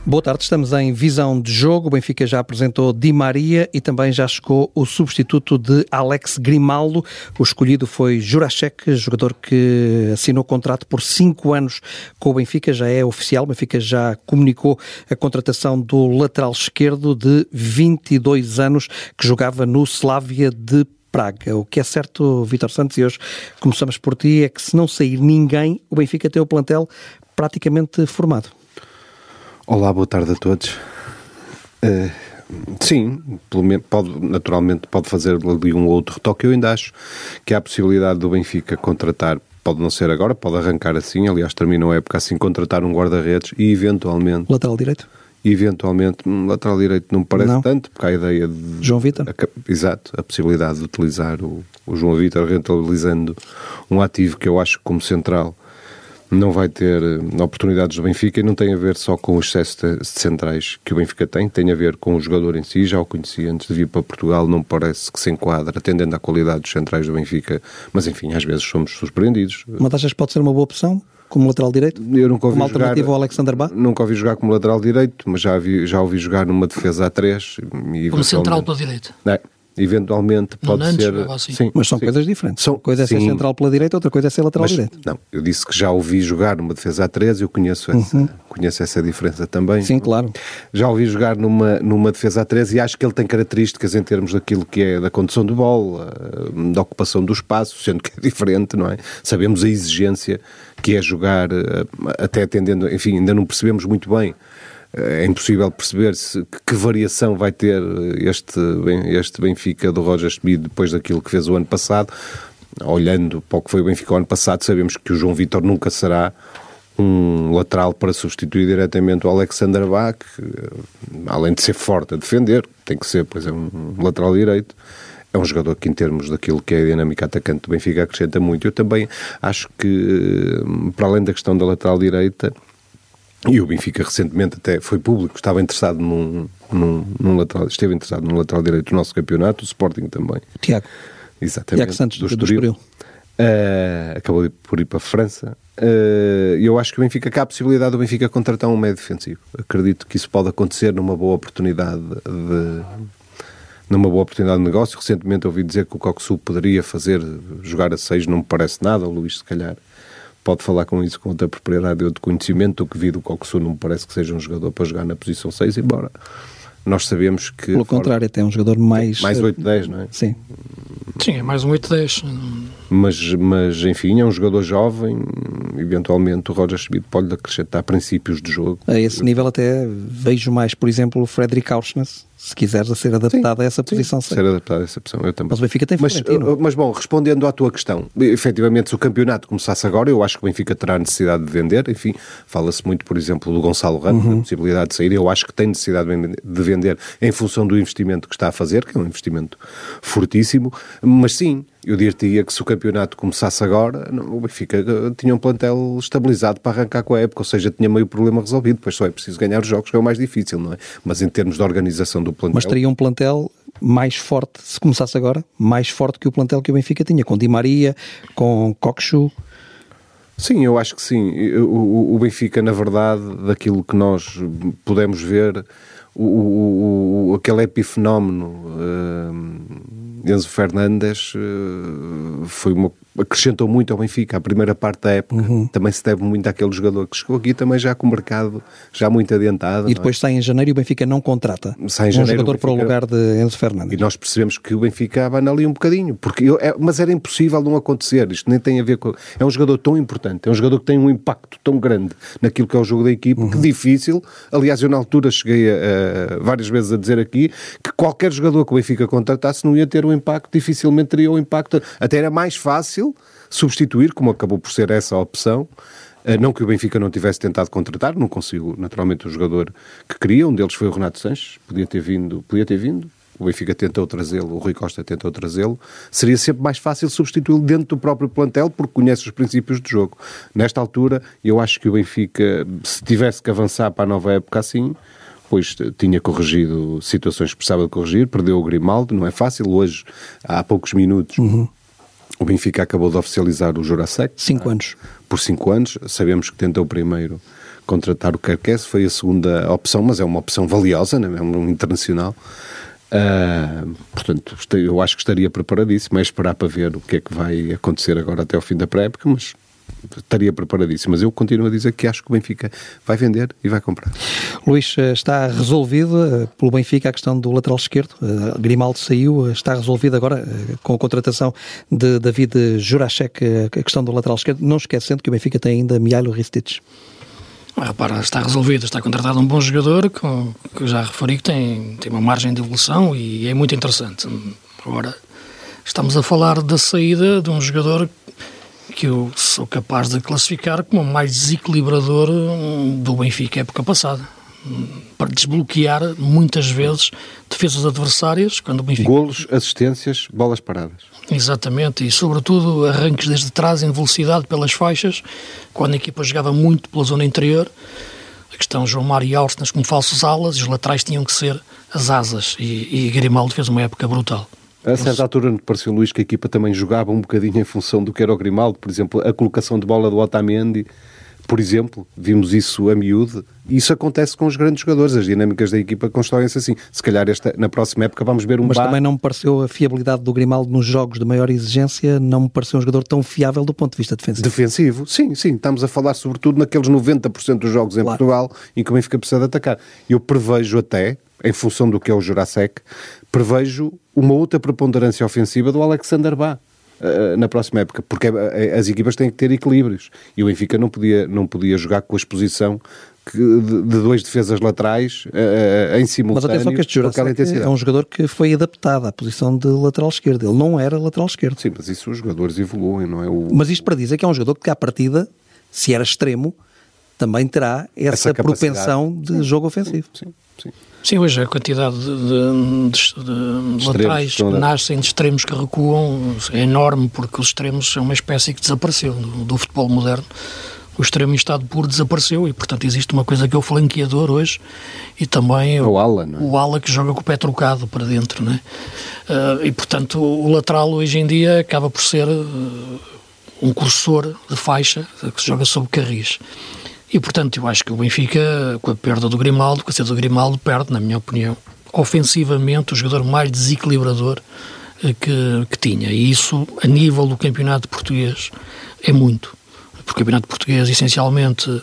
Boa tarde, estamos em visão de jogo. O Benfica já apresentou Di Maria e também já chegou o substituto de Alex Grimaldo. O escolhido foi Jurasek, jogador que assinou contrato por 5 anos com o Benfica. Já é oficial, o Benfica já comunicou a contratação do lateral esquerdo de 22 anos que jogava no Slavia de Praga. O que é certo, Vítor Santos, e hoje começamos por ti, é que se não sair ninguém, o Benfica tem o plantel praticamente formado. Olá, boa tarde a todos. Sim, naturalmente pode fazer ali um outro retoque. Eu ainda acho que há a possibilidade do Benfica contratar, pode não ser agora, pode arrancar assim, aliás terminou a época assim, contratar um guarda-redes e eventualmente... Lateral direito? Lateral direito não me parece tanto, porque há a ideia de... João Vítor? Exato, a possibilidade de utilizar o João Vítor rentabilizando um ativo que eu acho que como central não vai ter oportunidades do Benfica, e não tem a ver só com o excesso de centrais que o Benfica tem a ver com o jogador em si. Já o conheci antes de vir para Portugal, não me parece que se enquadra, atendendo à qualidade dos centrais do Benfica, mas enfim, às vezes somos surpreendidos. Mas achas que pode ser uma boa opção como lateral direito? Eu nunca ouvi como alternativa ao Alexander Bá? Nunca ouvi jogar como lateral direito, mas já ouvi jogar numa defesa a 3. Como central pela direita? Eventualmente pode ser... Assim. Sim, mas são coisas diferentes. Uma coisa é ser central pela direita, outra coisa é ser lateral direito. Não, eu disse que já ouvi jogar numa defesa a 3, eu conheço essa diferença também. Sim, claro. Já ouvi jogar numa defesa a 3 e acho que ele tem características em termos daquilo que é da condução de bola, da ocupação do espaço, sendo que é diferente, não é? Sabemos a exigência que é jogar, até atendendo, enfim, ainda não percebemos muito bem. É impossível perceber que variação vai ter este Benfica do Roger Schmidt depois daquilo que fez o ano passado. Olhando para o que foi o Benfica o ano passado, sabemos que o João Vítor nunca será um lateral para substituir diretamente o Alexander Bá, que, além de ser forte a defender, tem que ser, pois é, um lateral direito. É um jogador que, em termos daquilo que é a dinâmica atacante do Benfica, acrescenta muito. Eu também acho que, para além da questão da lateral direita, e o Benfica recentemente até foi público, estava interessado num lateral, esteve interessado num lateral direito do nosso campeonato, o Sporting também. Tiago. Exatamente. Tiago Santos, do Estoril. Acabou por ir para a França. Eu acho que o Benfica, que há a possibilidade do Benfica contratar um médio defensivo. Acredito que isso pode acontecer numa boa oportunidade de negócio. Recentemente ouvi dizer que o Coxu poderia jogar a 6, não me parece nada. O Luís, se calhar, pode falar com isso com outra propriedade e outro conhecimento. O que vi do Coxu não me parece que seja um jogador para jogar na posição 6, embora nós sabemos que... Pelo contrário, até um jogador mais 8-10, não é? Sim. Sim, é mais um 8-10. Mas, enfim, é um jogador jovem. Eventualmente o Roger Schmidt pode acrescentar princípios de jogo. A esse nível até vejo mais, por exemplo, o Fredrik Aursnes, se quiseres, a ser adaptado a essa posição. Ser adaptado a essa posição, eu também. Mas o Benfica tem Florentino. Mas bom, respondendo à tua questão, efetivamente, se o campeonato começasse agora, eu acho que o Benfica terá necessidade de vender. Enfim, fala-se muito, por exemplo, do Gonçalo Ramos, da possibilidade de sair. Eu acho que tem necessidade de vender em função do investimento que está a fazer, que é um investimento fortíssimo. Mas sim, eu diria que se o campeonato começasse agora, o Benfica tinha um plantel estabilizado para arrancar com a época, ou seja, tinha meio problema resolvido. Depois só é preciso ganhar os jogos, que é o mais difícil, não é? Mas em termos de organização do plantel... Mas teria um plantel mais forte, se começasse agora, mais forte que o plantel que o Benfica tinha, com Di Maria, com Coxu. Sim, eu acho que sim. O Benfica, na verdade, daquilo que nós pudemos ver, aquele epifenómeno Enzo Fernandes acrescentou muito ao Benfica. A primeira parte da época também se deve muito àquele jogador que chegou aqui também já com o mercado já muito adiantado. E depois sai em janeiro e o Benfica não contrata um jogador para o lugar de Enzo Fernandes. E nós percebemos que o Benfica abana ali um bocadinho, mas era impossível não acontecer. Isto nem tem a ver com... É um jogador tão importante, é um jogador que tem um impacto tão grande naquilo que é o jogo da equipe, que difícil. Aliás, eu na altura cheguei várias vezes a dizer aqui que qualquer jogador que o Benfica contratasse não ia ter um impacto, dificilmente teria um impacto. Até era mais fácil substituir, como acabou por ser essa a opção. Não que o Benfica não tivesse tentado contratar, não consigo, naturalmente, o jogador que queria. Um deles foi o Renato Sanches, podia ter vindo. O Benfica tentou trazê-lo, o Rui Costa tentou trazê-lo. Seria sempre mais fácil substituí-lo dentro do próprio plantel, porque conhece os princípios de jogo. Nesta altura, eu acho que o Benfica, se tivesse que avançar para a nova época assim, pois tinha corrigido situações que precisava de corrigir, perdeu o Grimaldo, não é fácil. Hoje, há poucos minutos, o Benfica acabou de oficializar o Jurasek. 5 anos. Por 5 anos. Sabemos que tentou primeiro contratar o Kerkez, foi a segunda opção, mas é uma opção valiosa, né? É um internacional. Portanto, eu acho que estaria preparadíssimo, é esperar para ver o que é que vai acontecer agora até ao fim da pré-época, mas estaria preparadíssimo. Mas eu continuo a dizer que acho que o Benfica vai vender e vai comprar. Luís, está resolvido pelo Benfica a questão do lateral esquerdo. Grimaldo saiu, está resolvido agora com a contratação de David Jurasek a questão do lateral esquerdo, não esquecendo que o Benfica tem ainda Mihailo Ristic. Repara, está resolvido, está contratado um bom jogador que eu já referi que tem uma margem de evolução e é muito interessante. Agora, estamos a falar da saída de um jogador que eu sou capaz de classificar como o mais desequilibrador do Benfica época passada, para desbloquear muitas vezes defesas adversárias quando o Benfica... Golos, assistências, bolas paradas. Exatamente, e sobretudo arranques desde trás em velocidade pelas faixas, quando a equipa jogava muito pela zona interior. A questão João Mário e Áurcenas como falsos alas, e os laterais tinham que ser as asas, e Grimaldo fez uma época brutal. A certa altura me pareceu, Luís, que a equipa também jogava um bocadinho em função do que era o Grimaldo. Por exemplo, a colocação de bola do Otamendi, por exemplo, vimos isso a miúdo, e isso acontece com os grandes jogadores, as dinâmicas da equipa constroem-se assim. Se calhar na próxima época vamos ver Mas também não me pareceu a fiabilidade do Grimaldo nos jogos de maior exigência, não me pareceu um jogador tão fiável do ponto de vista defensivo. Defensivo, sim, estamos a falar sobretudo naqueles 90% dos jogos em Portugal em que o Benfica precisa de atacar. Eu prevejo até, em função do que é o Jurasek, prevejo uma outra preponderância ofensiva do Alexander Bá na próxima época, porque as equipas têm que ter equilíbrios, e o Benfica não podia jogar com a exposição de dois defesas laterais em simultâneo. Mas atenção que este Jurasek é um jogador que foi adaptado à posição de lateral esquerdo, ele não era lateral esquerdo. Sim, mas isso os jogadores evoluem, não é? Mas isto para dizer que é um jogador que à partida, se era extremo, também terá essa propensão de jogo ofensivo. Sim, hoje a quantidade de laterais que nascem de extremos que recuam é enorme, porque os extremos são uma espécie que desapareceu do futebol moderno. O extremo em estado puro desapareceu e, portanto, existe uma coisa que é o flanqueador hoje e também o ala, não é? O ala que joga com o pé trocado para dentro, não é? E, portanto, o lateral hoje em dia acaba por ser um cursor de faixa que se joga sobre carris. E, portanto, eu acho que o Benfica, com a perda do Grimaldo, com a saída do Grimaldo, perde, na minha opinião, ofensivamente, o jogador mais desequilibrador que tinha. E isso, a nível do campeonato português, é muito. Porque o campeonato português, essencialmente,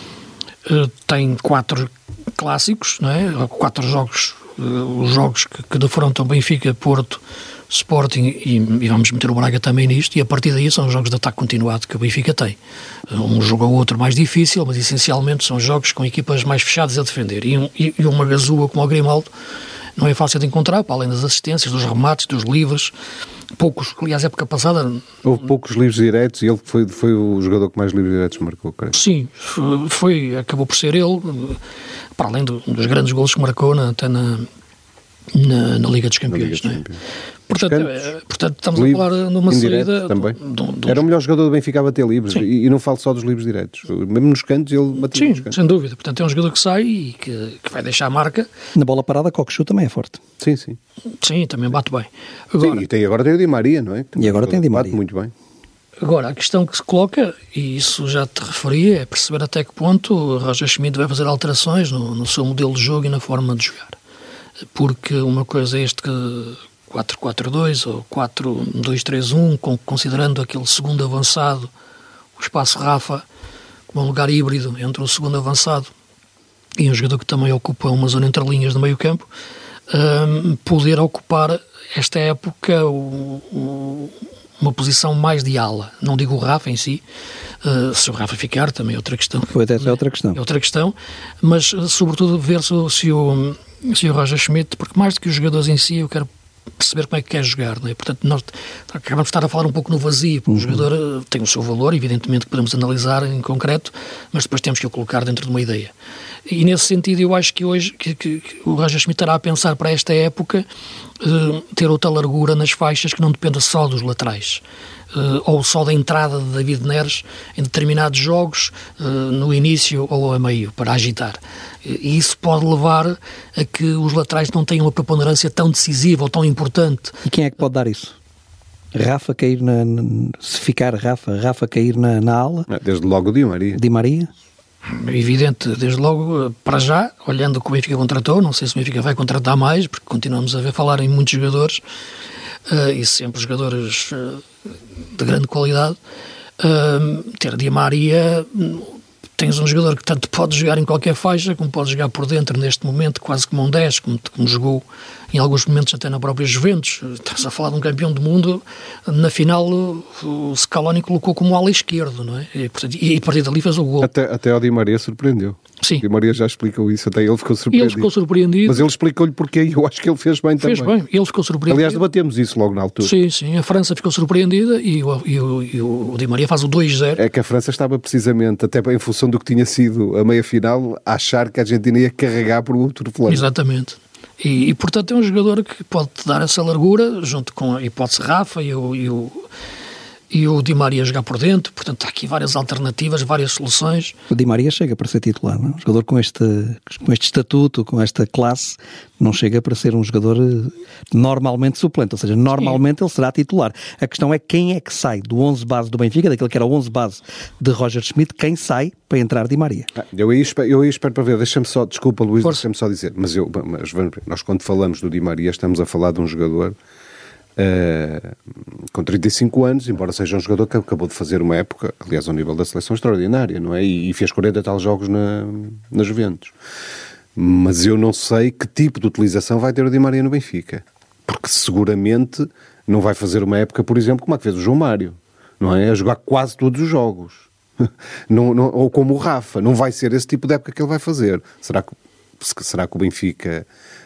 tem 4 clássicos, não é? 4 jogos, os jogos que defrontam Benfica, Porto, Sporting e vamos meter o Braga também nisto, e a partir daí são jogos de ataque continuado que o Benfica tem. Um jogo ou outro mais difícil, mas essencialmente são jogos com equipas mais fechadas a defender. E uma gazua como o Grimaldo não é fácil de encontrar, para além das assistências, dos remates, dos livres. Poucos, aliás, época passada... Houve poucos livros diretos e ele foi o jogador que mais livros diretos marcou, creio. Sim, acabou por ser ele, para além dos grandes golos que marcou até na Liga dos Campeões, não é? Portanto, estamos a falar de uma saída... Também. Era o melhor jogador do Benfica a bater livres, e não falo só dos livros diretos. Mesmo nos cantos, ele batia nos cantos. Sem dúvida. Portanto, é um jogador que sai e que vai deixar a marca. Na bola parada, Cockchu também é forte. Sim. Sim, também bate bem. Agora, e agora tem o Di Maria, não é? E agora tem o Di Maria. Bate muito bem. Agora, a questão que se coloca, e isso já te referi, é perceber até que ponto o Roger Schmidt vai fazer alterações no seu modelo de jogo e na forma de jogar. Porque uma coisa é este 4-4-2 ou 4-2-3-1, considerando aquele segundo avançado, o espaço Rafa, como um lugar híbrido entre o segundo avançado e um jogador que também ocupa uma zona entre linhas do meio campo, poder ocupar esta época uma posição mais de ala. Não digo o Rafa em si, se o Rafa ficar também é outra questão. É outra questão. É outra questão, mas sobretudo ver se o Roger Schmidt, porque mais do que os jogadores em si, eu quero perceber como é que quer jogar, não é? Portanto, nós acabamos de estar a falar um pouco no vazio, porque o jogador tem o seu valor, evidentemente que podemos analisar em concreto, mas depois temos que o colocar dentro de uma ideia. E nesse sentido eu acho que hoje que o Roger Schmidt estará a pensar para esta época ter outra largura nas faixas que não dependa só dos laterais. Ou só da entrada de David Neres em determinados jogos, no início ou a meio, para agitar. E isso pode levar a que os laterais não tenham uma preponderância tão decisiva ou tão importante. E quem é que pode dar isso? Rafa cair se ficar Rafa cair na ala? Desde logo Di Maria. Di Maria? evidente, desde logo, para já, olhando o que o Benfica contratou, não sei se o Benfica vai contratar mais, porque continuamos a falar em muitos jogadores, e sempre jogadores de grande qualidade. Ter Di Maria, tens um jogador que tanto pode jogar em qualquer faixa, como pode jogar por dentro neste momento, quase como um 10, como jogou em alguns momentos até na própria Juventus. Estás a falar de um campeão do mundo, na final o Scaloni colocou como ala esquerdo, não é? E a partir dali fez o gol. Até o Di Maria surpreendeu. Sim. Di Maria já explicou isso, até ele ficou surpreendido. Ele ficou surpreendido. Mas ele explicou-lhe porquê e eu acho que ele fez bem também. Fez bem, ele ficou surpreendido. Aliás, debatemos isso logo na altura. Sim, a França ficou surpreendida e o Di Maria faz o 2-0. É que a França estava precisamente, até em função do que tinha sido a meia-final, a achar que a Argentina ia carregar por outro flanco. Exatamente. E portanto é um jogador que pode dar essa largura, junto com a hipótese Rafa e o Di Maria jogar por dentro. Portanto, há aqui várias alternativas, várias soluções. O Di Maria chega para ser titular, não? Um jogador com este estatuto, com esta classe, não chega para ser um jogador normalmente suplente, ou seja, normalmente Sim. Ele será titular. A questão é quem é que sai do 11 base do Benfica, daquele que era o 11 base de Roger Schmidt, quem sai para entrar Di Maria. Eu aí espero para ver, deixa-me só, desculpa Luís, deixa-me só dizer, mas nós quando falamos do Di Maria estamos a falar de um jogador com 35 anos, embora seja um jogador que acabou de fazer uma época, aliás ao nível da seleção extraordinária, não é? E fez 40 tal jogos na Juventus. Mas eu não sei que tipo de utilização vai ter o Di Maria no Benfica, porque seguramente não vai fazer uma época, por exemplo, como a que fez o João Mário, não é? A jogar quase todos os jogos. Ou como o Rafa, não vai ser esse tipo de época que ele vai fazer. Será que o Benfica,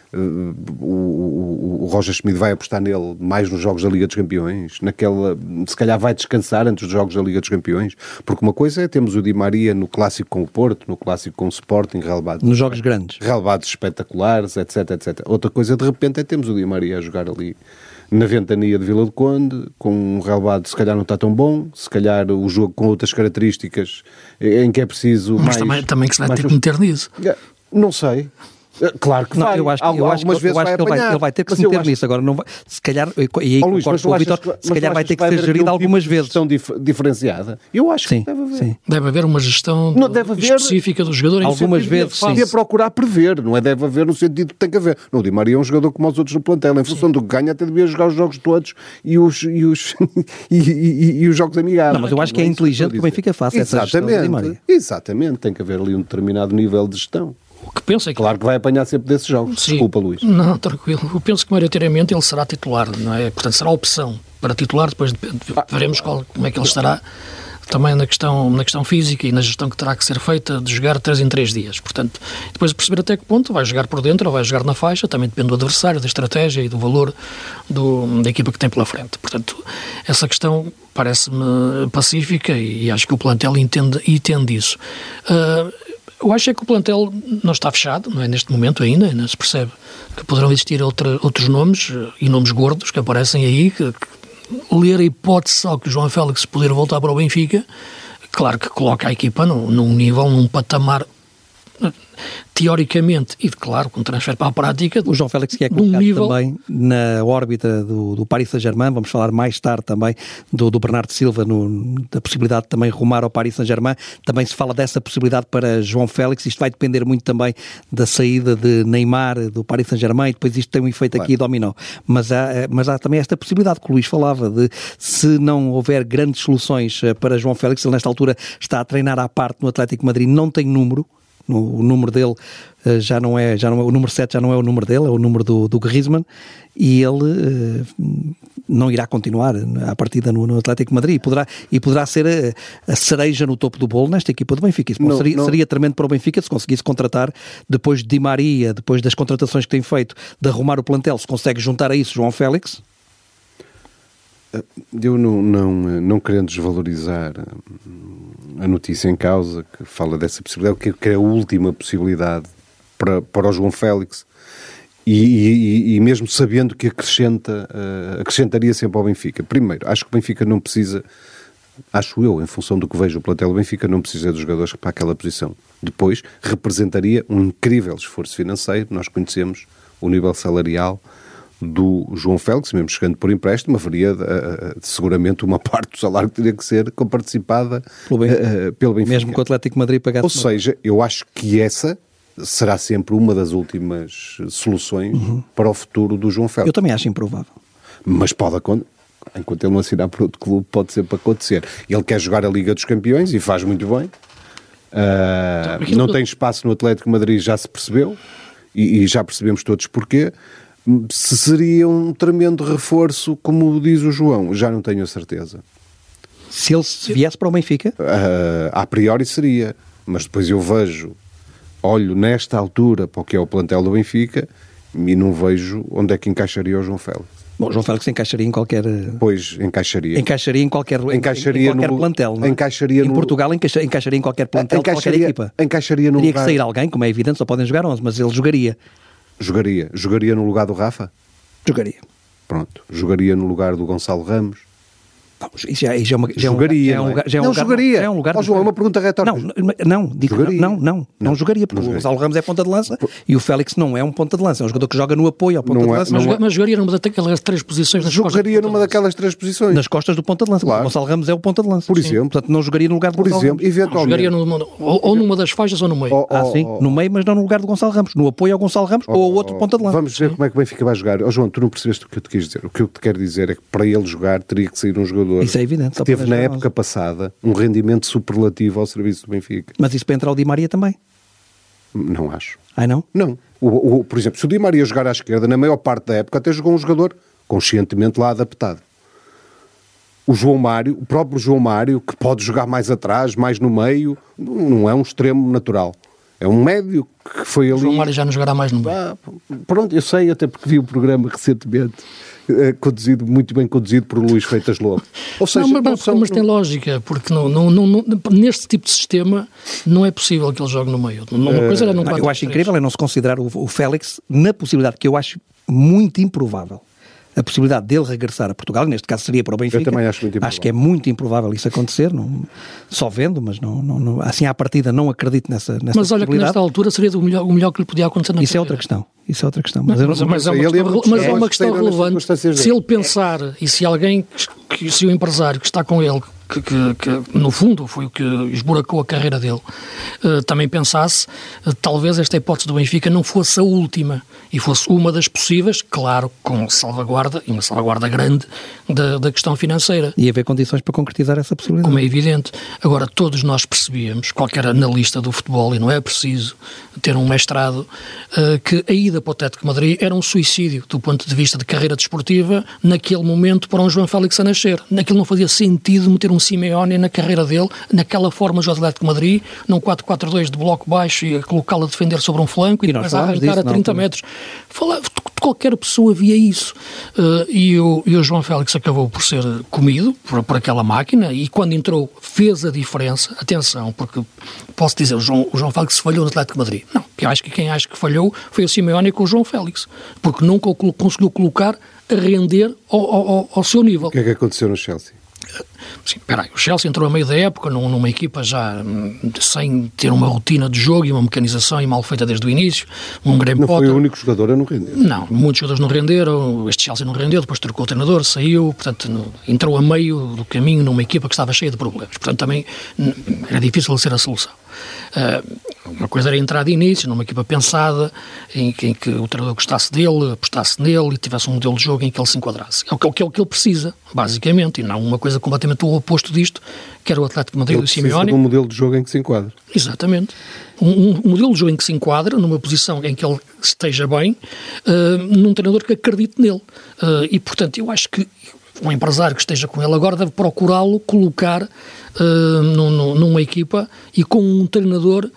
o Roger Schmidt vai apostar nele mais nos jogos da Liga dos Campeões? Se calhar vai descansar antes dos jogos da Liga dos Campeões? Porque uma coisa é termos o Di Maria no clássico com o Porto, no clássico com o Sporting, nos jogos grandes, relevados espetaculares, etc. Outra coisa de repente é termos o Di Maria a jogar ali na ventania de Vila do Conde, com um relevado se calhar não está tão bom, se calhar o jogo com outras características em que é preciso mas mais... Mas também que se vai ter que meter nisso. Não sei. Claro que vai. Eu acho que ele vai ter que se meter nisso. Agora, não vai, se calhar, e aí concordo com o Vítor, se calhar vai ter que ser gerido algumas vezes. Gestão diferenciada? Eu acho que deve haver. Sim. Deve haver uma gestão específica do jogador. Algumas vezes, sim. Ia procurar prever, não é? Deve haver no sentido que tem que haver. Não, o Di Maria é um jogador como os outros no plantel. Em função do que ganha, até devia jogar os jogos todos e os jogos amigáveis. Não, mas eu acho que é inteligente que o Benfica faça essa gestão do Di Maria. Exatamente. Tem que haver ali um determinado nível de gestão. O que penso é que... Claro que vai apanhar sempre desses jogos. Sim. Desculpa, Luís. Não, tranquilo. Eu penso que maioritariamente ele será titular, não é? Portanto, será opção para titular, depois veremos como é que ele estará também na questão física e na gestão que terá que ser feita de jogar 3 em 3 dias. Portanto, depois de perceber até que ponto vai jogar por dentro ou vai jogar na faixa, também depende do adversário, da estratégia e do valor da equipa que tem pela frente. Portanto, essa questão parece-me pacífica e acho que o plantel entende isso. Eu acho que o plantel não está fechado, não é neste momento ainda se percebe que poderão existir outros nomes, e nomes gordos que aparecem aí, que ler a hipótese só que o João Félix poder voltar para o Benfica, claro que coloca a equipa num nível, num patamar, teoricamente, e claro, com transfer para a prática, o João Félix que é colocado também na órbita do Paris Saint-Germain. Vamos falar mais tarde também do Bernardo Silva, da possibilidade de também rumar ao Paris Saint-Germain. Também se fala dessa possibilidade para João Félix. Isto vai depender muito também da saída de Neymar do Paris Saint-Germain, e depois isto tem um efeito aqui dominó. Mas há também esta possibilidade que o Luís falava, de se não houver grandes soluções para João Félix, ele nesta altura está a treinar à parte no Atlético de Madrid, não tem número. O número dele já não é o número 7, já não é o número dele, é o número do Griezmann, e ele não irá continuar à partida no Atlético de Madrid, e poderá ser a cereja no topo do bolo nesta equipa do Benfica. Isso seria tremendo para o Benfica se conseguisse contratar, depois de Di Maria, depois das contratações que tem feito, de arrumar o plantel, se consegue juntar a isso João Félix. Eu não querendo desvalorizar a notícia em causa, que fala dessa possibilidade, que é a última possibilidade para o João Félix, e mesmo sabendo que acrescentaria sempre ao Benfica. Primeiro, acho que o Benfica não precisa, acho eu, em função do que vejo o plantel, o Benfica não precisa dos jogadores para aquela posição. Depois, representaria um incrível esforço financeiro. Nós conhecemos o nível salarial do João Félix, mesmo chegando por empréstimo, haveria seguramente uma parte do salário que teria que ser comparticipada pelo Benfica. Mesmo que o Atlético de Madrid pagasse. Ou seja, eu acho que essa será sempre uma das últimas soluções para o futuro do João Félix. Eu também acho improvável. Mas pode acontecer. Enquanto ele não assinar por outro clube, pode sempre acontecer. Ele quer jogar a Liga dos Campeões e faz muito bem. Não tem espaço no Atlético de Madrid, já se percebeu. E já percebemos todos porquê. Se seria um tremendo reforço, como diz o João, já não tenho a certeza. Se ele viesse para o Benfica? A priori seria. Mas depois eu olho nesta altura para o que é o plantel do Benfica e não vejo onde é que encaixaria o João Félix. Bom, João Félix encaixaria em qualquer... Pois, encaixaria. Encaixaria em qualquer plantel, não é? Encaixaria em Portugal encaixaria em qualquer plantel, qualquer equipa. Encaixaria no Teria lugar... que sair alguém, como é evidente, só podem jogar 11, mas ele jogaria. Jogaria no lugar do Rafa? Jogaria. Pronto. Jogaria no lugar do Gonçalo Ramos? Jogaria. Não jogaria. É um lugar. João, é uma pergunta retórica. Não jogaria, porque o Gonçalo Ramos é ponta de lança e o Félix não é um ponta de lança, é um jogador que joga no apoio ao ponta de lança. Mas jogaria numa daquelas 3 posições. Jogaria numa daquelas 3 posições. Nas costas do ponta de lança. Claro. O Gonçalo Ramos é o ponta de lança. Por exemplo. Portanto, não jogaria no lugar do Gonçalo Ramos. Eventualmente. Jogaria ou numa das faixas ou no meio. Sim, no meio, mas não no lugar do Gonçalo Ramos. No apoio ao Gonçalo Ramos ou ao outro ponta de lança. Vamos ver como é que o Benfica vai jogar. João, tu não percebeste o que eu te quis dizer. O que eu te quero dizer é que para ele jogar teria que sair um jogador. Isso é evidente. Teve na época passada um rendimento superlativo ao serviço do Benfica. Mas isso para entrar o Di Maria também? Não acho. Não? Não. Por exemplo, se o Di Maria jogar à esquerda, na maior parte da época até jogou um jogador conscientemente lá adaptado. O próprio João Mário, que pode jogar mais atrás, mais no meio, não é um extremo natural. É um médio que foi ali... O João Mário já não jogará mais no meio. Pronto, eu sei, até porque vi o programa recentemente, muito bem conduzido por Luís Freitas Lobo. Ou seja, mas tem lógica, porque neste tipo de sistema não é possível que ele jogue no meio. Eu acho incrível é não se considerar o Félix na possibilidade que eu acho muito improvável. A possibilidade dele regressar a Portugal, neste caso seria para o Benfica. Eu também acho muito improvável. Acho que é muito improvável isso acontecer, só vendo, mas não, assim à partida não acredito nessa mas olha possibilidade. Que nesta altura seria o melhor que lhe podia acontecer na Isso carreira. Isso é outra questão. Mas é uma questão relevante. Se ele pensar, e se alguém, se o empresário que está com ele, que no fundo foi o que esburacou a carreira dele, também pensasse, talvez esta hipótese do Benfica não fosse a última e fosse uma das possíveis, claro, com salvaguarda, e uma salvaguarda grande da questão financeira. E haver condições para concretizar essa possibilidade. Como é evidente. Agora, todos nós percebíamos, qualquer analista do futebol, e não é preciso ter um mestrado, que a ida para o Atlético de Madrid era um suicídio do ponto de vista de carreira desportiva naquele momento para um João Félix a nascer. Naquilo não fazia sentido meter um Simeone na carreira dele, naquela forma do Atlético de Madrid, num 4-4-2 de bloco baixo e a colocá-lo a defender sobre um flanco e depois a arrancar a 30 metros. Qualquer pessoa via isso. E o João Félix acabou por ser comido por aquela máquina e quando entrou fez a diferença. Atenção, porque posso dizer, o João Félix falhou no Atlético de Madrid. Não, eu acho que quem acha que falhou foi o Simeone com o João Félix, porque nunca o conseguiu colocar a render ao seu nível. O que é que aconteceu no Chelsea? Sim, o Chelsea entrou a meio da época numa equipa já sem ter uma rotina de jogo e uma mecanização e mal feita desde o início. Não foi o único jogador a não render. Não, muitos jogadores não renderam, este Chelsea não rendeu, depois trocou o treinador, saiu, portanto entrou a meio do caminho numa equipa que estava cheia de problemas, portanto também era difícil ser a solução. Uma coisa era entrar de início numa equipa pensada em que o treinador gostasse dele, apostasse nele e tivesse um modelo de jogo em que ele se enquadrasse. É o que ele precisa, basicamente, e não uma coisa completamente o oposto disto, que era o Atlético de Madrid do Simeone. Ele precisa de um modelo de jogo em que se enquadra. Exatamente. Um modelo de jogo em que se enquadra, numa posição em que ele esteja bem, num treinador que acredite nele. E, portanto, eu acho que um empresário que esteja com ele agora deve procurá-lo colocar numa equipa e com um treinador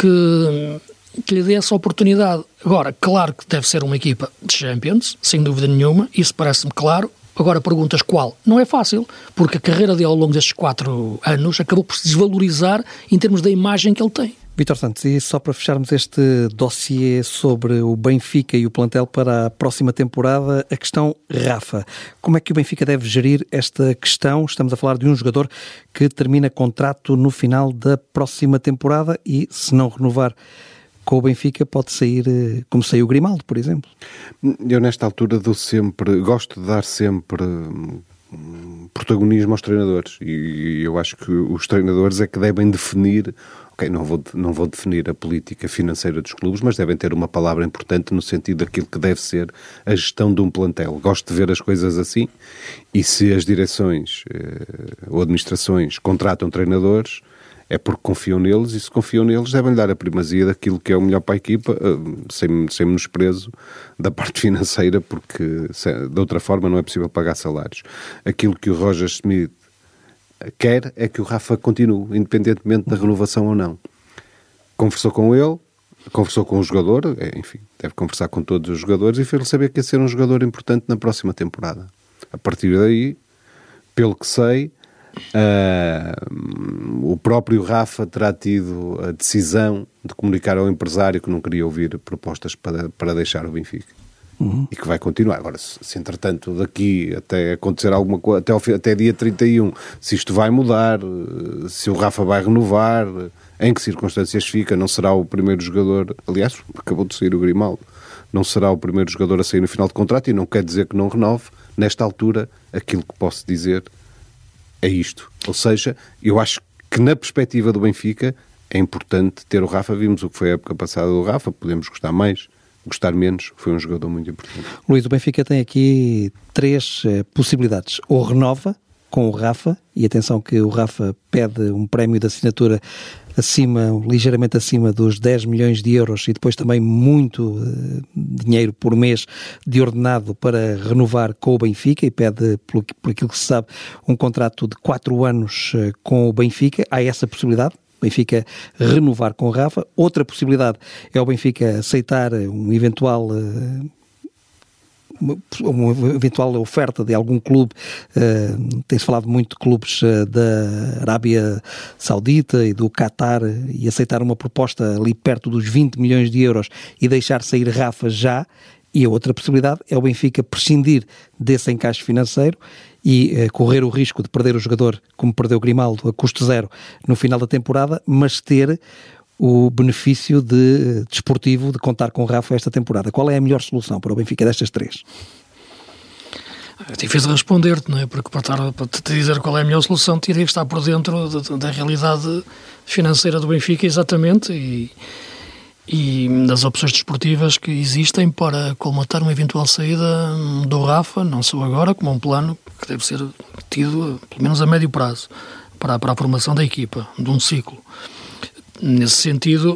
que lhe dê essa oportunidade. Agora, claro que deve ser uma equipa de Champions, sem dúvida nenhuma, isso parece-me claro. Agora perguntas qual? Não é fácil, porque a carreira dele ao longo destes 4 anos acabou por se desvalorizar em termos da imagem que ele tem. Vítor Santos, e só para fecharmos este dossiê sobre o Benfica e o plantel para a próxima temporada, a questão Rafa. Como é que o Benfica deve gerir esta questão? Estamos a falar de um jogador que termina contrato no final da próxima temporada e, se não renovar com o Benfica pode sair como saiu o Grimaldo, por exemplo. Eu nesta altura gosto de dar sempre protagonismo aos treinadores, e eu acho que os treinadores é que devem definir, não vou definir a política financeira dos clubes, mas devem ter uma palavra importante no sentido daquilo que deve ser a gestão de um plantel. Gosto de ver as coisas assim, e se as direções ou administrações contratam treinadores, é porque confiam neles, e se confiam neles devem dar a primazia daquilo que é o melhor para a equipa, sem menosprezo da parte financeira, porque de outra forma não é possível pagar salários. Aquilo que o Roger Schmidt quer é que o Rafa continue, independentemente da renovação ou não. Conversou com ele, conversou com o jogador, enfim, deve conversar com todos os jogadores, e fez-lhe saber que ia ser um jogador importante na próxima temporada. A partir daí, pelo que sei, o próprio Rafa terá tido a decisão de comunicar ao empresário que não queria ouvir propostas para deixar o Benfica. E que vai continuar. Agora, se entretanto daqui até acontecer alguma coisa, até dia 31, se isto vai mudar, se o Rafa vai renovar, em que circunstâncias fica, não será o primeiro jogador, aliás, acabou de sair o Grimaldo, não será o primeiro jogador a sair no final de contrato, e não quer dizer que não renove. Nesta altura, aquilo que posso dizer é isto. Ou seja, eu acho que na perspectiva do Benfica é importante ter o Rafa. Vimos o que foi a época passada do Rafa, podemos gostar mais, gostar menos, foi um jogador muito importante. Luís, o Benfica tem aqui 3 possibilidades. Ou renova com o Rafa, e atenção que o Rafa pede um prémio de assinatura ligeiramente acima dos 10 milhões de euros, e depois também muito dinheiro por mês de ordenado para renovar com o Benfica, e pede, por aquilo que se sabe, um contrato de 4 anos com o Benfica. Há essa possibilidade, o Benfica renovar com o Rafa. Outra possibilidade é o Benfica aceitar uma eventual oferta de algum clube. Tem-se falado muito de clubes da Arábia Saudita e do Qatar, e aceitar uma proposta ali perto dos 20 milhões de euros e deixar sair Rafa já. E a outra possibilidade é o Benfica prescindir desse encaixe financeiro e correr o risco de perder o jogador, como perdeu o Grimaldo, a custo zero no final da temporada, mas ter o benefício desportivo de contar com o Rafa esta temporada. Qual é a melhor solução para o Benfica destas 3? É difícil responder-te, não é? Porque para te dizer qual é a melhor solução, teria que estar por dentro da realidade financeira do Benfica, exatamente, e das opções desportivas que existem para colmatar uma eventual saída do Rafa, não só agora, como um plano que deve ser tido, pelo menos a médio prazo, para a formação da equipa, de um ciclo. Nesse sentido,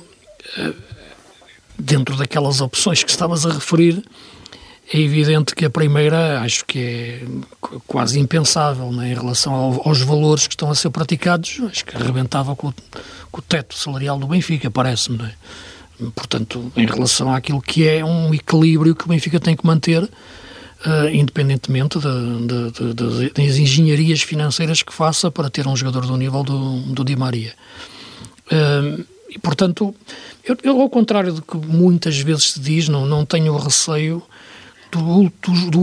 dentro daquelas opções que estavas a referir, é evidente que a primeira acho que é quase impensável, né, em relação aos valores que estão a ser praticados. Acho que arrebentava com o teto salarial do Benfica, parece-me, não é? Portanto, em relação àquilo que é um equilíbrio que o Benfica tem que manter, independentemente das engenharias financeiras que faça para ter um jogador do nível do Di Maria. E, portanto, eu ao contrário do que muitas vezes se diz, não tenho receio da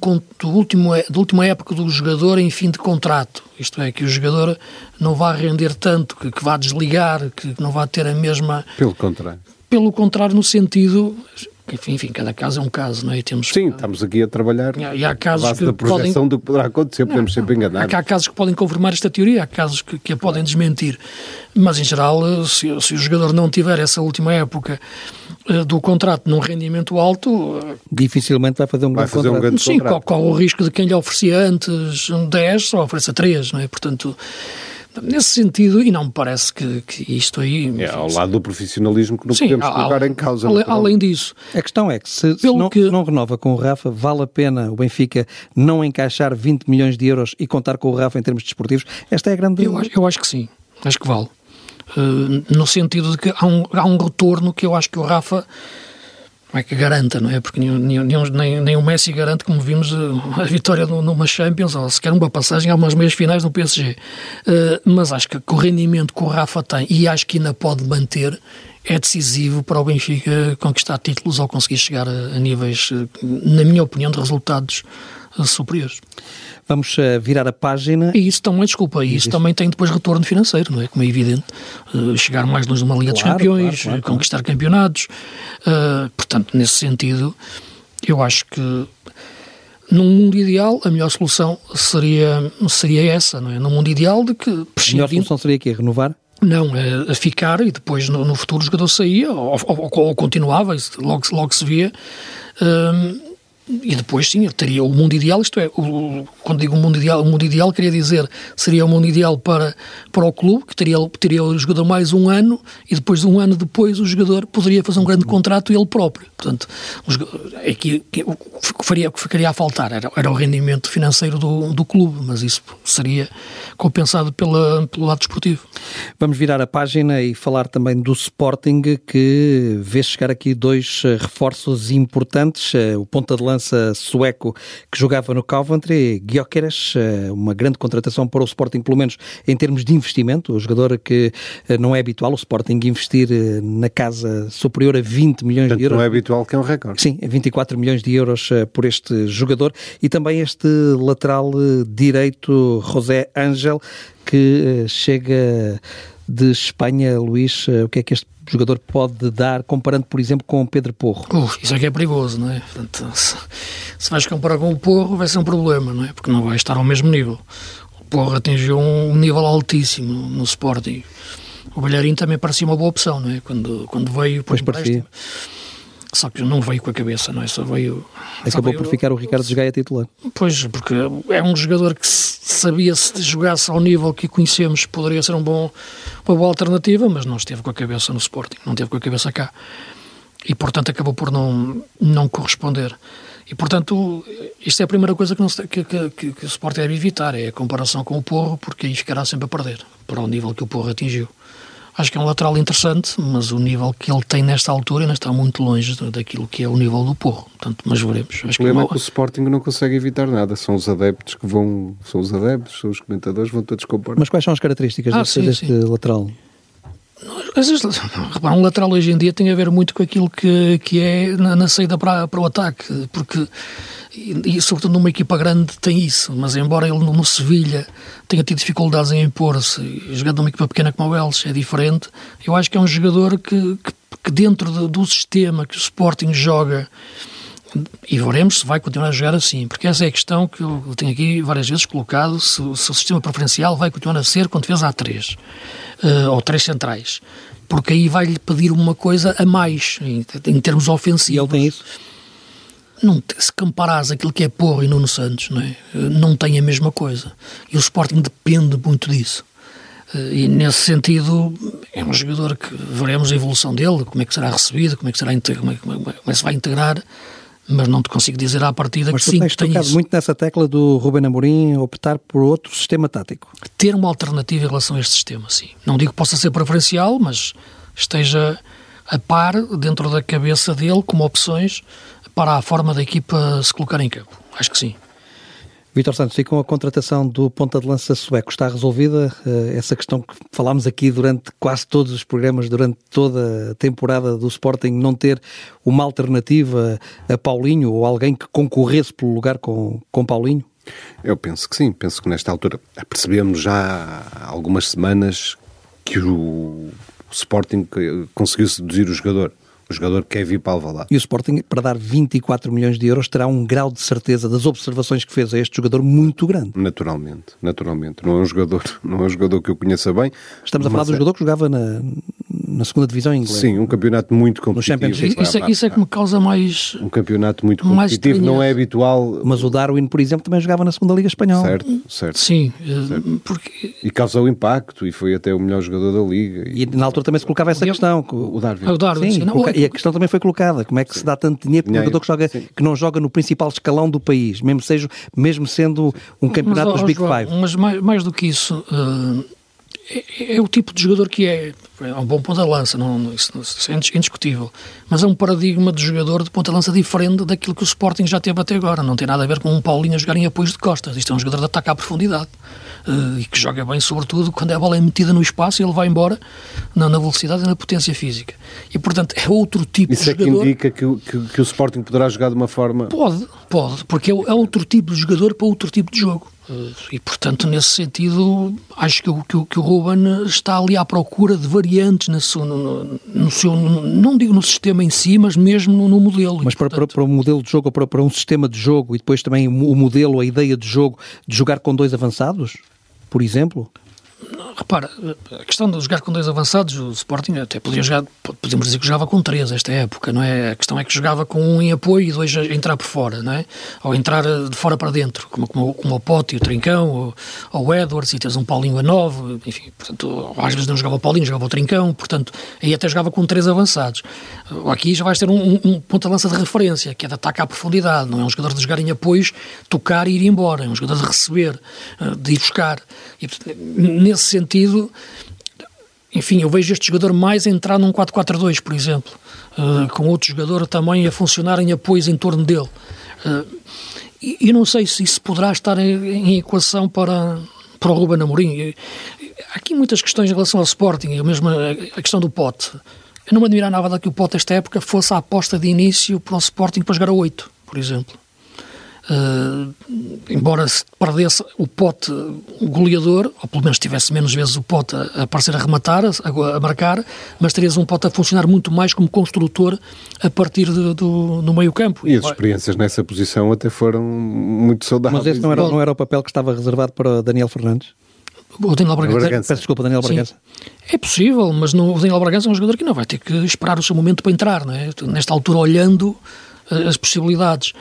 última época do jogador em fim de contrato. Isto é, que o jogador não vá render tanto, que vá desligar, que não vá ter a mesma... Pelo contrário, no sentido... Enfim, cada caso é um caso, não é? Sim, estamos aqui a trabalhar e há casos da projeção do que poderá acontecer, podemos sempre enganar. Há casos que podem confirmar esta teoria, há casos que a podem desmentir, mas em geral, se o jogador não tiver essa última época do contrato num rendimento alto... dificilmente vai fazer um grande contrato. Sim, corre o risco de quem lhe oferecia antes 10, só ofereça 3, não é? Portanto... Nesse sentido, e não me parece que isto aí... É ao lado do profissionalismo que não podemos colocar em causa. Além disso... A questão é que se não renova com o Rafa, vale a pena o Benfica não encaixar 20 milhões de euros e contar com o Rafa em termos desportivos? Esta é a grande... Eu acho que sim, acho que vale. No sentido de que há um retorno que eu acho que o Rafa... Não é que garanta, não é? Porque nem o Messi garante, como vimos, a vitória numa Champions, ou sequer uma passagem a umas meias finais no PSG. Mas acho que o rendimento que o Rafa tem, e acho que ainda pode manter, é decisivo para o Benfica conquistar títulos ou conseguir chegar a níveis, na minha opinião, de resultados superiores. Vamos virar a página. E isso também, isso também tem depois retorno financeiro, não é? Como é evidente. Chegar mais longe numa Liga dos Campeões, conquistar campeonatos. Portanto, nesse sentido, eu acho que num mundo ideal, a melhor solução seria essa, não é? Num mundo ideal de que... A melhor solução seria aqui, renovar? Não, a ficar e depois no futuro o jogador saía ou continuava, logo se via, e depois sim, teria o mundo ideal, isto é, quando digo o mundo ideal queria dizer, seria o mundo ideal para o clube, que teria o jogador mais um ano e depois de um ano depois o jogador poderia fazer um grande contrato ele próprio. Portanto, o que ficaria a faltar era o rendimento financeiro do clube, mas isso seria compensado pelo lado desportivo. Vamos virar a página e falar também do Sporting, que vê chegar aqui 2 reforços importantes. O ponta de lança sueco que jogava no Coventry, Gyökeres, uma grande contratação para o Sporting, pelo menos em termos de investimento. O jogador que não é habitual, o Sporting investir na casa superior a 20 milhões de euros. Não é habitual, que é um recorde. Sim, 24 milhões de euros por este jogador. E também este lateral direito, José Ángel, que chega de Espanha. Luís, o que é que este jogador pode dar, comparando, por exemplo, com o Pedro Porro? Isso é que é perigoso, não é? Portanto, se vais comparar com o Porro, vai ser um problema, não é? Porque não vai estar ao mesmo nível. O Porro atingiu um nível altíssimo no Sporting. O Balheirinho também parecia uma boa opção, não é? Quando veio... Pois parecia. Só que não veio com a cabeça, não é? Só veio... Acabou por ficar o Ricardo Gaia titular. Pois, porque é um jogador que sabia, se jogasse ao nível que conhecemos, poderia ser uma boa alternativa, mas não esteve com a cabeça no Sporting, não esteve com a cabeça cá. E, portanto, acabou por não corresponder. E, portanto, isto é a primeira coisa que o Sporting deve evitar, é a comparação com o Porro, porque aí ficará sempre a perder, para o nível que o Porro atingiu. Acho que é um lateral interessante, mas o nível que ele tem nesta altura ainda está muito longe daquilo que é o nível do Porro. Portanto, mas veremos. O problema é que o Sporting não consegue evitar nada. São os adeptos que vão... São os adeptos, são os comentadores, vão todos comparar. Mas quais são as características deste lateral? Repara, um lateral hoje em dia tem a ver muito com aquilo que é na saída para o ataque, porque, e sobretudo numa equipa grande tem isso, mas embora ele no Sevilha tenha tido dificuldades em impor-se, jogando numa equipa pequena como o Elche é diferente, eu acho que é um jogador que dentro do sistema que o Sporting joga, e veremos se vai continuar a jogar assim, porque essa é a questão que eu tenho aqui várias vezes colocado, se o sistema preferencial vai continuar a ser quando fez A3, ou 3 centrais, porque aí vai-lhe pedir uma coisa a mais, em termos ofensivos. E ele tem isso? Se comparares aquilo que é Porro e Nuno Santos, não tem a mesma coisa, e o Sporting depende muito disso. E nesse sentido é um jogador que veremos a evolução dele, como é que será recebido, como é que se vai integrar, mas não te consigo dizer à partida que sim, que tem isso. Muito nessa tecla do Ruben Amorim optar por outro sistema tático. Ter uma alternativa em relação a este sistema, sim. Não digo que possa ser preferencial, mas esteja a par dentro da cabeça dele como opções para a forma da equipa se colocar em campo. Acho que sim. Vítor Santos, e com a contratação do ponta de lança sueco, está resolvida essa questão que falámos aqui durante quase todos os programas, durante toda a temporada do Sporting, não ter uma alternativa a Paulinho ou alguém que concorresse pelo lugar com Paulinho? Eu penso que sim, penso que nesta altura percebemos já há algumas semanas que o Sporting conseguiu seduzir o jogador que quer vir para Alvalade. E o Sporting, para dar 24 milhões de euros, terá um grau de certeza das observações que fez a este jogador muito grande. Naturalmente. Não é um jogador que eu conheça bem. Estamos a falar do jogador que jogava na segunda divisão inglesa. Sim, um campeonato muito competitivo. Isso é que me causa mais... Um campeonato muito competitivo, não é habitual... Mas o Darwin, por exemplo, também jogava na segunda Liga Espanhola. Certo. Sim. Certo. Porque... E causou impacto, e foi até o melhor jogador da Liga. E na altura também se colocava essa questão. O Darwin. O Darwin, sim. E a questão também foi colocada. Como é que se dá tanto dinheiro para um jogador que não joga no principal escalão do país, mesmo sendo um campeonato dos Big Five? Mas mais do que isso, é o tipo de jogador que é um bom ponta-lança, isso é indiscutível, mas é um paradigma de jogador de ponta-lança diferente daquilo que o Sporting já teve até agora. Não tem nada a ver com um Paulinho a jogar em apoios de costas. Isto é um jogador de ataque à profundidade. E que joga bem, sobretudo, quando a bola é metida no espaço e ele vai embora na velocidade e na potência física. E, portanto, é outro tipo de jogador. Isso é que indica que o Sporting poderá jogar de uma forma... Pode, porque é outro tipo de jogador para outro tipo de jogo. E, portanto, nesse sentido, acho que o Ruben está ali à procura de variantes no seu, não digo no sistema em si, mas mesmo no modelo. Mas para um modelo de jogo, ou para um sistema de jogo, e depois também o modelo, a ideia de jogo, de jogar com 2 avançados, por exemplo? Repara, a questão de jogar com 2 avançados, o Sporting até podia jogar, podemos dizer que jogava com 3 esta época, não é? A questão é que jogava com 1 em apoio e 2 a entrar por fora, não é? Ou entrar de fora para dentro, como o Pote e o Trincão, ou o Edwards, e tens um Paulinho a 9, enfim, portanto, às vezes não jogava o Paulinho, jogava o Trincão, portanto, aí até jogava com 3 avançados. Aqui já vais ter um ponto de lança de referência, que é de ataque à profundidade, não é um jogador de jogar em apoios, tocar e ir embora, é um jogador de receber, de ir buscar. E, nesse sentido, enfim, eu vejo este jogador mais entrar num 4-4-2, por exemplo, com outro jogador também a funcionar em apoios em torno dele. E não sei se isso poderá estar em equação para o Ruben Amorim. Há aqui muitas questões em relação ao Sporting, mesmo a questão do Pote. Eu não me admirava que o Pote, esta época, fosse a aposta de início para o Sporting para jogar a 8, por exemplo. Embora se perdesse o Pote goleador, ou pelo menos tivesse menos vezes o Pote a aparecer a rematar, a marcar, mas terias um Pote a funcionar muito mais como construtor a partir do meio campo. E as experiências nessa posição até foram muito saudáveis. Mas esse não era o papel que estava reservado para Daniel Fernandes? O Daniel Bragança. Peço desculpa, Daniel Bragança. É possível, mas o Daniel Bragança é um jogador que não vai ter que esperar o seu momento para entrar, não é? Nesta altura, olhando as possibilidades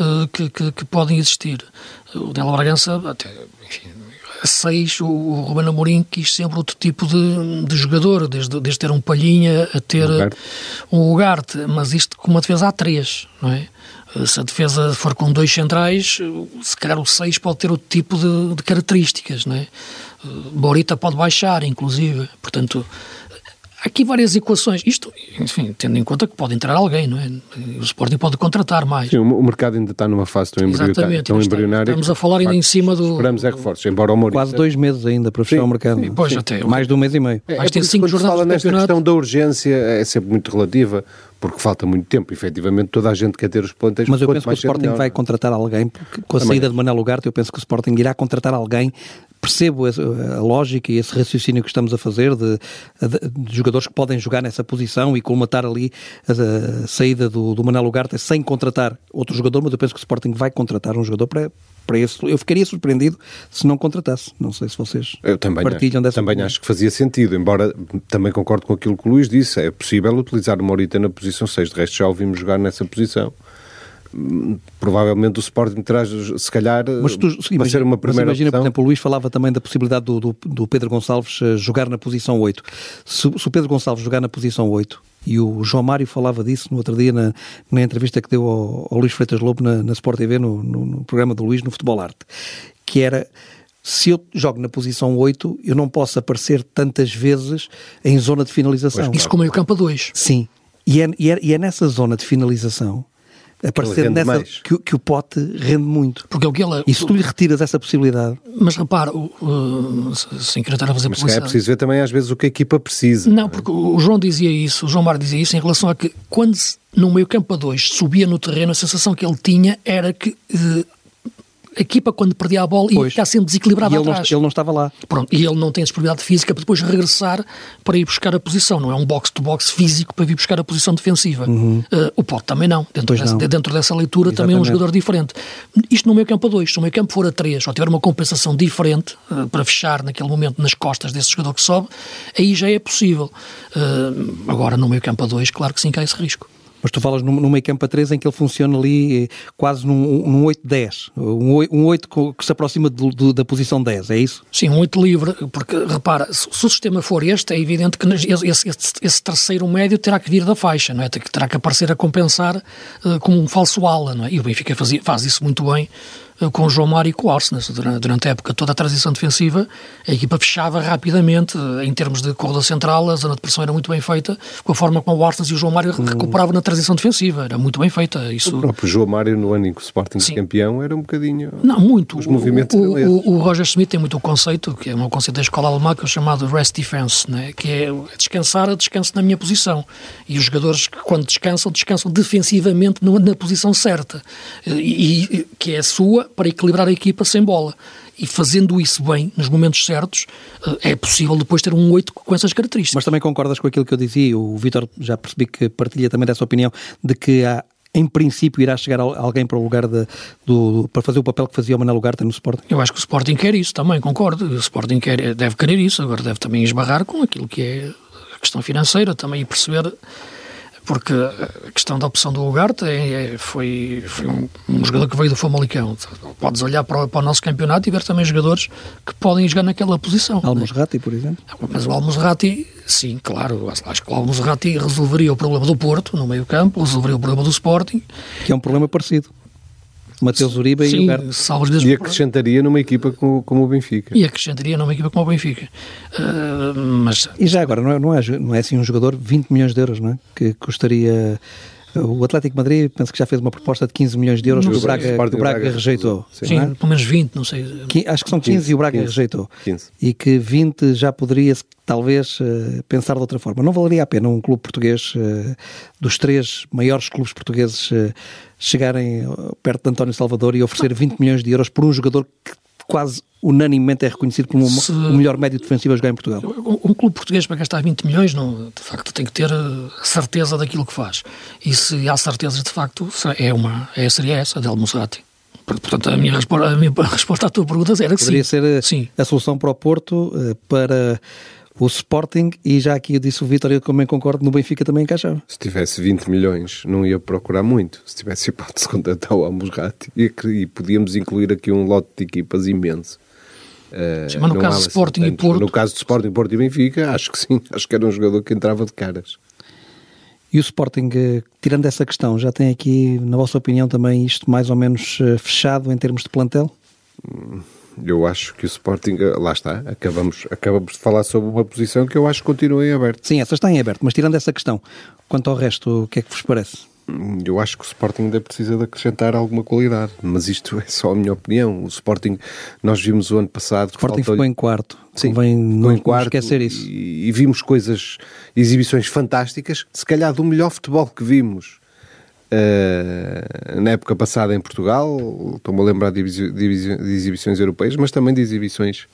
que podem existir. O Daniel Bragança, até, enfim, a 6, o Ruben Amorim quis sempre outro tipo de jogador, desde ter um Palhinha a ter um Ugarte, mas isto com uma defesa a 3, não é? Se a defesa for com 2 centrais, se calhar o 6 pode ter outro tipo de características, não é? Borita pode baixar, inclusive. Portanto, há aqui várias equações. Isto, enfim, tendo em conta que pode entrar alguém, não é? O Sporting pode contratar mais. Sim, o mercado ainda está numa fase tão embrionária. Estamos a falar ainda em cima do... Esperamos reforços, embora o Maurício... Quase 2 meses ainda para fechar o mercado. Sim, pois, até, mais de 1 mês e meio. Vais ter 5 jornadas fala de nesta campeonato. Questão da urgência é sempre muito relativa, porque falta muito tempo. Efetivamente, toda a gente quer ter os plantéis. Mas eu penso que o Sporting vai contratar alguém, porque com a saída de Manel Ugarte, eu penso que o Sporting irá contratar alguém. Percebo a lógica e esse raciocínio que estamos a fazer de jogadores que podem jogar nessa posição e colmatar ali a saída do Manel Ugarte sem contratar outro jogador, mas eu penso que o Sporting vai contratar um jogador para esse. Eu ficaria surpreendido se não contratasse. Não sei se vocês partilham dessa opinião. Também acho que fazia sentido, embora também concordo com aquilo que o Luís disse. É possível utilizar o Morita na posição 6, de resto já o vimos jogar nessa posição. Provavelmente o Sporting traz, se calhar, vai ser uma primeira imagina, opção. Por exemplo, o Luís falava também da possibilidade do Pedro Gonçalves jogar na posição 8. Se o Pedro Gonçalves jogar na posição 8, e o João Mário falava disso no outro dia na entrevista que deu ao Luís Freitas Lobo na Sport TV, no programa do Luís, no Futebol Arte, que era: se eu jogo na posição 8, eu não posso aparecer tantas vezes em zona de finalização. Isso com o meio campo a 2. Sim, e é nessa zona de finalização, aparecer nessa, que o Pote rende muito. Porque é o que ele... E se tu lhe retiras essa possibilidade... Mas repara, sem querer estar a fazer publicidade... Mas é preciso ver também às vezes o que a equipa precisa. Não, porque o João dizia isso, o João Mário dizia isso em relação a que quando no meio campo a 2 subia no terreno, a sensação que ele tinha era que... a equipa, quando perdia a bola, ia ficar sempre desequilibrada atrás. Ele não estava lá. Pronto, e ele não tem a disponibilidade física para depois regressar para ir buscar a posição. Não é um box-to-box físico para vir buscar a posição defensiva. O Pote também não. Dentro dessa leitura, exatamente, também é um jogador diferente. Isto no meio campo a 2. Se o meio campo for a 3, ou tiver uma compensação diferente para fechar naquele momento nas costas desse jogador que sobe, aí já é possível. Agora, no meio campo a 2, claro que sim, que há esse risco. Mas tu falas no meio campo a 3 em que ele funciona ali quase num 8-10. Um 8 que se aproxima da posição 10, é isso? Sim, um 8 livre, porque repara, se o sistema for este, é evidente que esse terceiro médio terá que vir da faixa, não é? Terá que aparecer a compensar como um falso ala, não é? E o Benfica faz isso muito bem com o João Mário e com o Arsenal. Durante a época toda a transição defensiva, a equipa fechava rapidamente, em termos de corredor central, a zona de pressão era muito bem feita, com a forma como o Arsenal e o João Mário recuperavam na transição defensiva, era muito bem feita. Isso... O próprio João Mário, no ano em que o Sporting foi campeão, era um bocadinho... Não, muito. Os movimentos o Roger Schmidt tem muito o conceito, que é um conceito da escola alemã, que é o chamado rest defense, né? Que é descansar, descanso na minha posição. E os jogadores, quando descansam defensivamente na posição certa, e que é a sua, para equilibrar a equipa sem bola. E fazendo isso bem, nos momentos certos, é possível depois ter um 8 com essas características. Mas também concordas com aquilo que eu dizia? O Vítor, já percebi que partilha também dessa opinião, de que em princípio irá chegar alguém para o lugar para fazer o papel que fazia o Manel Ugarte no Sporting? Eu acho que o Sporting quer isso também, concordo. O Sporting deve querer isso, agora deve também esbarrar com aquilo que é a questão financeira também e perceber... Porque a questão da opção do Ugarte foi um jogador que veio do Famalicão. Podes olhar para o nosso campeonato e ver também jogadores que podem jogar naquela posição. Al-Musrati, por exemplo? Mas o Al-Musrati, sim, claro. Acho que o Al-Musrati resolveria o problema do Porto, no meio campo, resolveria o problema do Sporting. Que é um problema parecido. Mateus Uribe e Ugarte. E acrescentaria numa equipa como o Benfica. E acrescentaria numa equipa como o Benfica. Mas... E já agora, não é assim um jogador 20 milhões de euros, não é? Que custaria... O Atlético de Madrid, penso que já fez uma proposta de 15 milhões de euros que o Braga rejeitou. Sim, é? Pelo menos 20, não sei. Acho que são 15 e o Braga rejeitou. 15. E que 20 já poderia, talvez, pensar de outra forma. Não valeria a pena um clube português, dos 3 maiores clubes portugueses, chegarem perto de António Salvador e oferecer 20 milhões de euros por um jogador que quase unanimemente é reconhecido como o melhor médio defensivo a jogar em Portugal? Um clube português para gastar 20 milhões, não, de facto, tem que ter certeza daquilo que faz. E se há certezas, de facto, seria essa, a de Al-Musrati. Portanto, a minha resposta à tua pergunta era que poderia ser a solução para o Porto, para o Sporting, e já aqui eu disse o Vítor, eu também concordo, no Benfica também encaixava. Se tivesse 20 milhões não ia procurar muito. Se tivesse hipótese de contratar o Al-Musrati, e podíamos incluir aqui um lote de equipas imenso. Sim, mas no caso de Sporting e Porto... No caso de Sporting, Porto e Benfica, acho que sim. Acho que era um jogador que entrava de caras. E o Sporting, tirando essa questão, já tem aqui, na vossa opinião, também isto mais ou menos fechado em termos de plantel? Eu acho que o Sporting, lá está, acabamos de falar sobre uma posição que eu acho que continua em aberto. Sim, essa está em aberto, mas tirando essa questão, quanto ao resto, o que é que vos parece? Eu acho que o Sporting ainda precisa de acrescentar alguma qualidade, mas isto é só a minha opinião. O Sporting, nós vimos o ano passado... O Sporting ficou em quarto, sim, convém não quarto, esquecer isso. E vimos exibições fantásticas, se calhar do melhor futebol que vimos na época passada em Portugal. Estou-me a lembrar de exibições europeias, mas também de exibições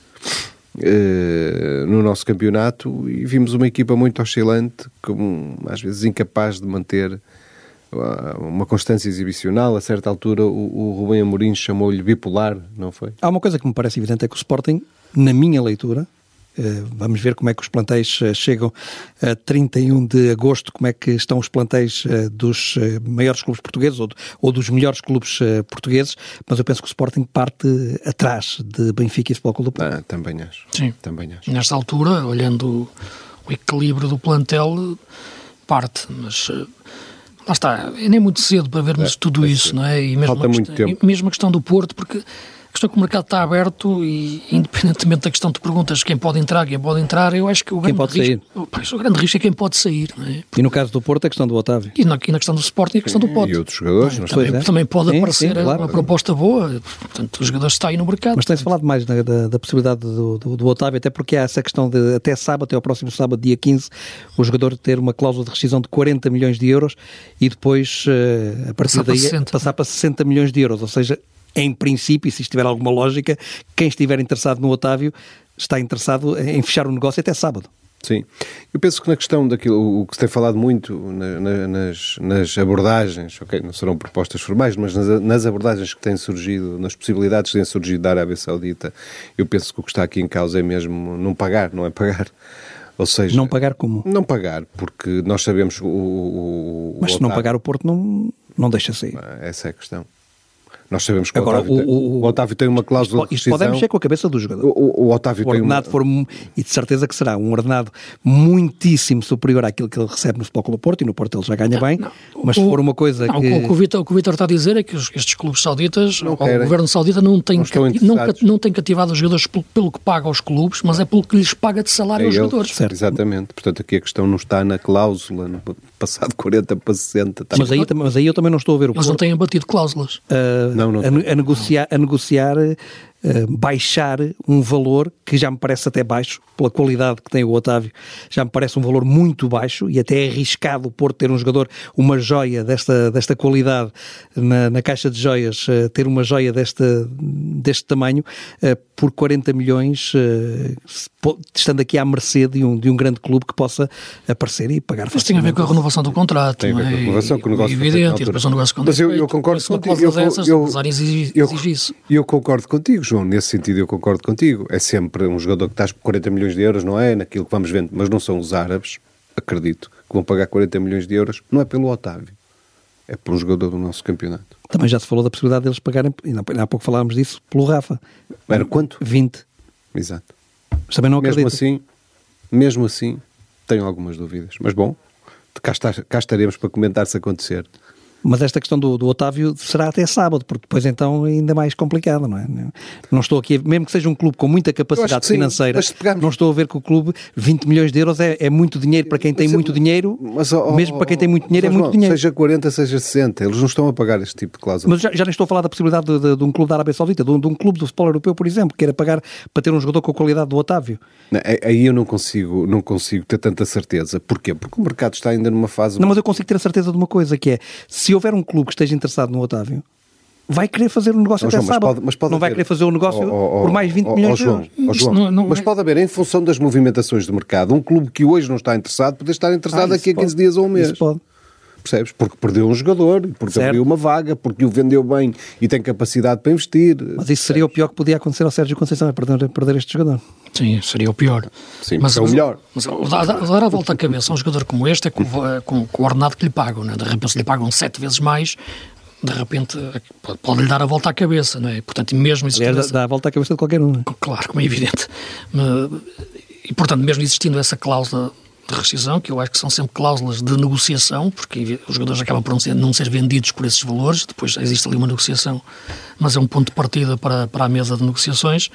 no nosso campeonato, e vimos uma equipa muito oscilante, às vezes incapaz de manter uma constância exibicional. A certa altura o Rubem Amorim chamou-lhe bipolar, não foi? Há uma coisa que me parece evidente, é que o Sporting, na minha leitura, vamos ver como é que os plantéis chegam a 31 de agosto, como é que estão os plantéis dos maiores clubes portugueses ou dos melhores clubes portugueses, mas eu penso que o Sporting parte atrás de Benfica e Futebol Clube do Porto. Também acho. Sim. Também acho. Nesta altura, olhando o equilíbrio do plantel, parte, mas... Lá está, é nem muito cedo para vermos tudo isso, não é? E mesmo falta muito tempo. E mesmo a questão do Porto, porque a questão é que o mercado está aberto e, independentemente da questão que tu perguntas quem pode entrar, eu acho que o grande risco... O grande risco é quem pode sair, não é? E no caso do Porto, a questão do Otávio. E na questão do Sporting, a questão do Pote. E outros jogadores. Também pode aparecer uma proposta boa, portanto, os jogadores estão aí no mercado. Mas tem-se falado mais da possibilidade do Otávio, até porque há essa questão de até o próximo sábado, dia 15, o jogador ter uma cláusula de rescisão de 40 milhões de euros e depois, a partir daí, passar para 60 milhões de euros, ou seja... Em princípio, e se isto tiver alguma lógica, quem estiver interessado no Otávio está interessado em fechar o negócio até sábado. Sim. Eu penso que na questão daquilo, o que se tem falado muito nas abordagens, ok, não serão propostas formais, mas nas abordagens que têm surgido, nas possibilidades que têm surgido da Arábia Saudita, eu penso que o que está aqui em causa é mesmo não pagar, não é pagar. Ou seja... Não pagar como? Não pagar, porque nós sabemos Mas se não pagar o Porto não deixa sair. Essa é a questão. Nós sabemos que Agora, o Otávio tem uma cláusula de rescisão. Isto pode mexer com a cabeça do jogador. O Otávio tem ordenado e de certeza que será um ordenado muitíssimo superior àquilo que ele recebe no Futebol Clube do Porto, e no Porto ele já ganha bem, mas se for uma coisa que... O que o Vítor está a dizer é que estes clubes sauditas, o governo saudita não tem cativado os jogadores pelo que paga aos clubes, mas é pelo que lhes paga de salário aos jogadores. Certo. Exatamente. Portanto, aqui a questão não está na cláusula, no passado 40 para 60. Mas aí eu também não estou a ver o Porto... Eles não têm batido cláusulas. A negociar, baixar um valor que já me parece até baixo, pela qualidade que tem o Otávio, já me parece um valor muito baixo, e até é arriscado o Porto ter um jogador, uma joia desta qualidade na caixa de joias, ter uma joia deste tamanho, por 40 milhões, estando aqui à mercê de um grande clube que possa aparecer e pagar. Mas tem a ver com a renovação do contrato. Tem a ver com a renovação, com o negócio. Evidente, e depois um negócio com mas eu concordo contigo. Eu concordo contigo, João, nesse sentido eu concordo contigo. É sempre um jogador que estás por 40 milhões de euros, não é? Naquilo que vamos vendo, mas não são os árabes, acredito, que vão pagar 40 milhões de euros, não é pelo Otávio, é por um jogador do nosso campeonato. Também já se falou da possibilidade deles pagarem, e há pouco falávamos disso, pelo Rafa. Era quanto? 20. Exato. Mas também não acredito. Mesmo assim, tenho algumas dúvidas. Mas bom, cá estaremos para comentar se acontecer. Mas esta questão do Otávio será até sábado, porque depois então é ainda mais complicado, não é? Não estou aqui, mesmo que seja um clube com muita capacidade financeira, não estou a ver que o clube, 20 milhões de euros é muito dinheiro para quem tem muito dinheiro, mesmo para quem tem muito dinheiro é muito dinheiro. Seja 40, seja 60, eles não estão a pagar este tipo de cláusula. Mas já nem estou a falar da possibilidade de um clube da Arábia Saudita, de um clube do futebol europeu, por exemplo, que queira pagar para ter um jogador com a qualidade do Otávio. Não, aí eu não consigo ter tanta certeza. Porquê? Porque o mercado está ainda numa fase... Não, mas eu consigo ter a certeza de uma coisa, que é, se houver um clube que esteja interessado no Otávio, vai querer fazer um negócio até sábado. Não vai querer fazer um negócio por mais 20 milhões de euros. Mas pode haver, em função das movimentações de mercado, um clube que hoje não está interessado pode estar interessado daqui a 15 dias ou um mês. Isso pode. Percebes? Porque perdeu um jogador, porque abriu uma vaga, porque o vendeu bem e tem capacidade para investir. Mas isso seria o pior que podia acontecer ao Sérgio Conceição, é perder este jogador. Sim, seria o pior. Sim, mas é o melhor. Mas dar a volta à cabeça a um jogador como este é com o ordenado que lhe pagam. Não é? De repente, se lhe pagam 7 vezes mais, de repente pode-lhe dar a volta à cabeça, não é? Portanto, mesmo existindo... Dá a volta à cabeça de qualquer um. Não é? Claro, como é evidente. E, portanto, mesmo existindo essa cláusula de rescisão, que eu acho que são sempre cláusulas de negociação, porque os jogadores acabam por não ser vendidos por esses valores, depois existe ali uma negociação, mas é um ponto de partida para a mesa de negociações.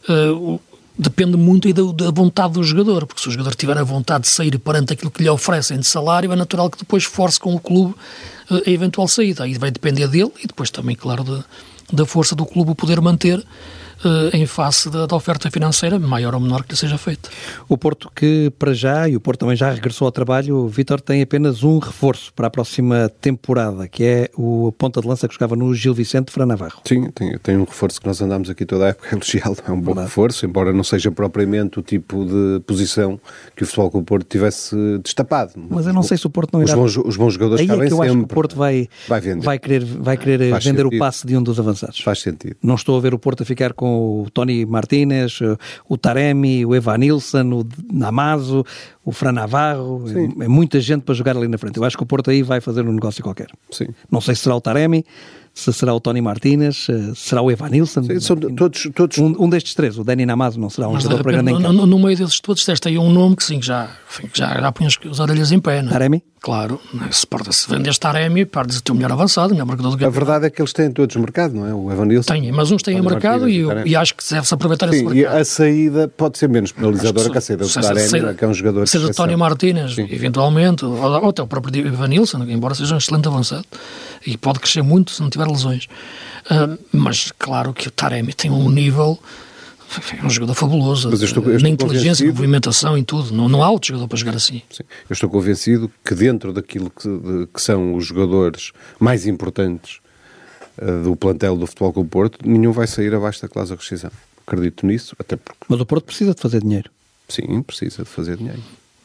Depende muito da vontade do jogador, porque se o jogador tiver a vontade de sair perante aquilo que lhe oferecem de salário, é natural que depois force com o clube a eventual saída. Aí vai depender dele e depois também, claro, da força do clube o poder manter em face da oferta financeira, maior ou menor que lhe seja feita. O Porto que, para já, e o Porto também já regressou ao trabalho, o Vítor tem apenas um reforço para a próxima temporada, que é o ponta de lança que jogava no Gil Vicente, Fran Navarro. Sim, tem um reforço que nós andámos aqui toda a época a elogiá-lo, é um bom reforço, embora não seja propriamente o tipo de posição que o Futebol Clube do Porto tivesse destapado. Mas eu não sei se o Porto não irá... Os bons jogadores aí cabem é que eu sempre. Acho que o Porto vai querer vender sentido. O passe de um dos avançados. Faz sentido. Não estou a ver o Porto a ficar com o Tony Martínez, o Taremi, o Evanilson, o Namazo, o Fran Navarro, é muita gente para jogar ali na frente. Eu acho que o Porto aí vai fazer um negócio qualquer. Sim. Não sei se será o Taremi, se será o Tony Martínez, será o Evanilson. São todos... Um destes três, o Dani Namazo, não será um jogador para grande encaixe. No meio desses todos, teste aí um nome que sim, já põe as orelhas em pé. Não é? Taremi? Clare, se vendes Taremi, perdes o teu melhor avançado, o melhor marcador do campeonato. A verdade é que eles têm todos mercado, não é? O Evanilson. Tem, mas uns têm mercado e acho que deve-se aproveitar esse mercado. E a saída pode ser menos penalizadora que a saída do Taremi, que é um jogador... Seja o Tony Martínez, eventualmente, ou até o próprio Evanilson, embora seja um excelente avançado, e pode crescer muito se não tiver lesões. Mas claro que o Taremi tem um nível... É um jogador fabuloso, na inteligência, na movimentação e tudo. Não há outro jogador para jogar assim. Sim. Eu estou convencido que dentro daquilo que são os jogadores mais importantes do plantel do Futebol Clube do Porto, nenhum vai sair abaixo da cláusula de rescisão. Acredito nisso, até porque... Mas o Porto precisa de fazer dinheiro. Sim, precisa de fazer dinheiro.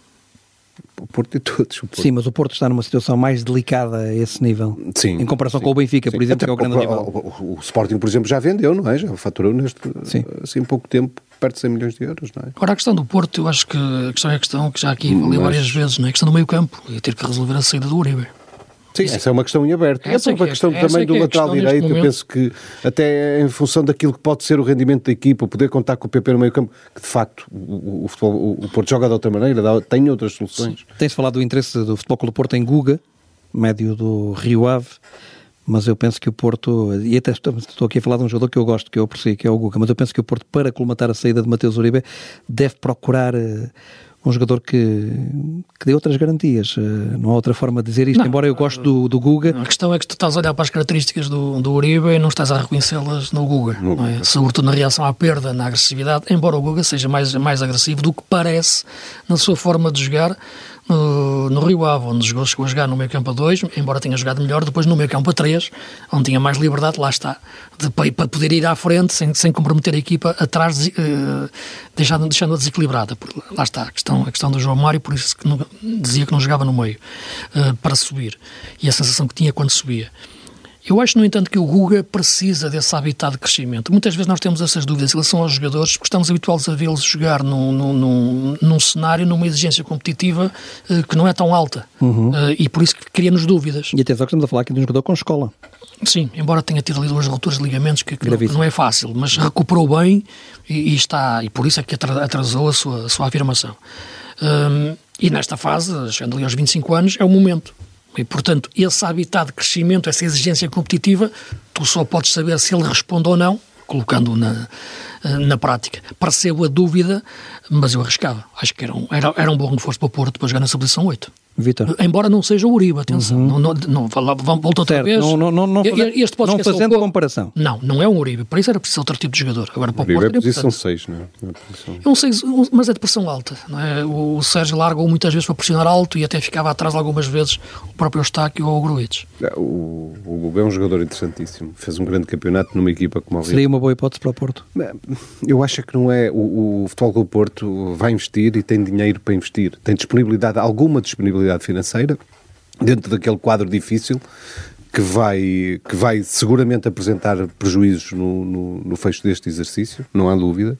O Porto e todos. Sim, mas o Porto está numa situação mais delicada a esse nível. Sim. Em comparação com o Benfica, por exemplo, que é o grande rival. O Sporting, por exemplo, já vendeu, não é? Já faturou neste assim, pouco tempo, perto de 100 milhões de euros, não é? Agora, a questão do Porto, eu acho que a questão é a questão que já aqui falei várias vezes, não é? A questão do meio campo e ter que resolver a saída do Uribe. Sim, essa é uma questão em aberto. Essa é uma questão também do lateral direito. Eu penso que até em função daquilo que pode ser o rendimento da equipa, poder contar com o PP no meio campo, que de facto o Porto joga de outra maneira, tem outras soluções. Tem-se falado do interesse do Futebol Clube do Porto em Guga, médio do Rio Ave, mas eu penso que o Porto, e até estou aqui a falar de um jogador que eu gosto, que eu aprecio, que é o Guga, mas eu penso que o Porto, para colmatar a saída de Mateus Uribe, deve procurar um jogador que dê outras garantias. Não há outra forma de dizer isto, embora eu goste do Guga. A questão é que tu estás a olhar para as características do Uribe e não estás a reconhecê-las no Guga. Não é? Sobretudo na reação à perda, na agressividade, embora o Guga seja mais agressivo do que parece na sua forma de jogar no Rio Ave, onde chegou a jogar no meio campo a 2, embora tenha jogado melhor, depois no meio campo a 3, onde tinha mais liberdade, lá está, para poder ir à frente sem comprometer a equipa atrás, deixando-a desequilibrada. Lá está a questão do João Mário, por isso que dizia que não jogava no meio, para subir, e a sensação que tinha quando subia. Eu acho, no entanto, que o Guga precisa desse habitat de crescimento. Muitas vezes nós temos essas dúvidas em relação aos jogadores, porque estamos habituados a vê-los jogar num cenário, numa exigência competitiva que não é tão alta. E por isso que cria-nos dúvidas. E atenção que estamos a falar aqui de um jogador com escola. Sim, embora tenha tido ali 2 rupturas de ligamentos, que não é fácil, mas recuperou bem e por isso é que atrasou a sua afirmação. E nesta fase, chegando ali aos 25 anos, é o momento. E, portanto, esse habitat de crescimento, essa exigência competitiva, tu só podes saber se ele responde ou não, colocando-o na prática. Percebo a dúvida, mas eu arriscava. Acho que era um bom reforço para o Porto para jogar na sub-18 8. Vítor. Embora não seja o Uribe, atenção. Volta outra vez. Não fazendo comparação. Não é um Uribe. Para isso era preciso outro tipo de jogador. Agora, para o Uribe Porto é posição 6, não é? É um 6, mas é de pressão alta. Não é? O Sérgio largou muitas vezes para pressionar alto e até ficava atrás algumas vezes o próprio Eustáquio ou o Gruitch. O Guga é um jogador interessantíssimo. Fez um grande campeonato numa equipa como o Rio. Seria uma boa hipótese para o Porto? Eu acho que não é. O Futebol Clube do Porto vai investir e tem dinheiro para investir. Tem alguma disponibilidade financeira dentro daquele quadro difícil que vai seguramente apresentar prejuízos no fecho deste exercício, não há dúvida.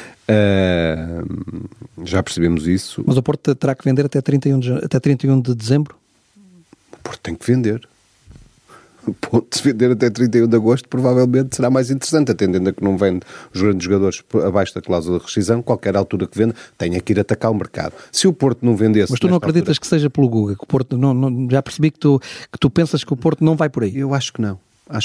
Já percebemos isso. Mas o Porto terá que vender até 31 de dezembro? O Porto tem que vender. O ponto de vender até 31 de agosto provavelmente será mais interessante, atendendo a que não vende os grandes jogadores abaixo da cláusula de rescisão, qualquer altura que venda, tenha que ir atacar o mercado. Se o Porto não vendesse... Mas tu não acreditas que seja pelo Guga? Que o Porto já percebi que tu pensas que o Porto não vai por aí. Eu acho que não.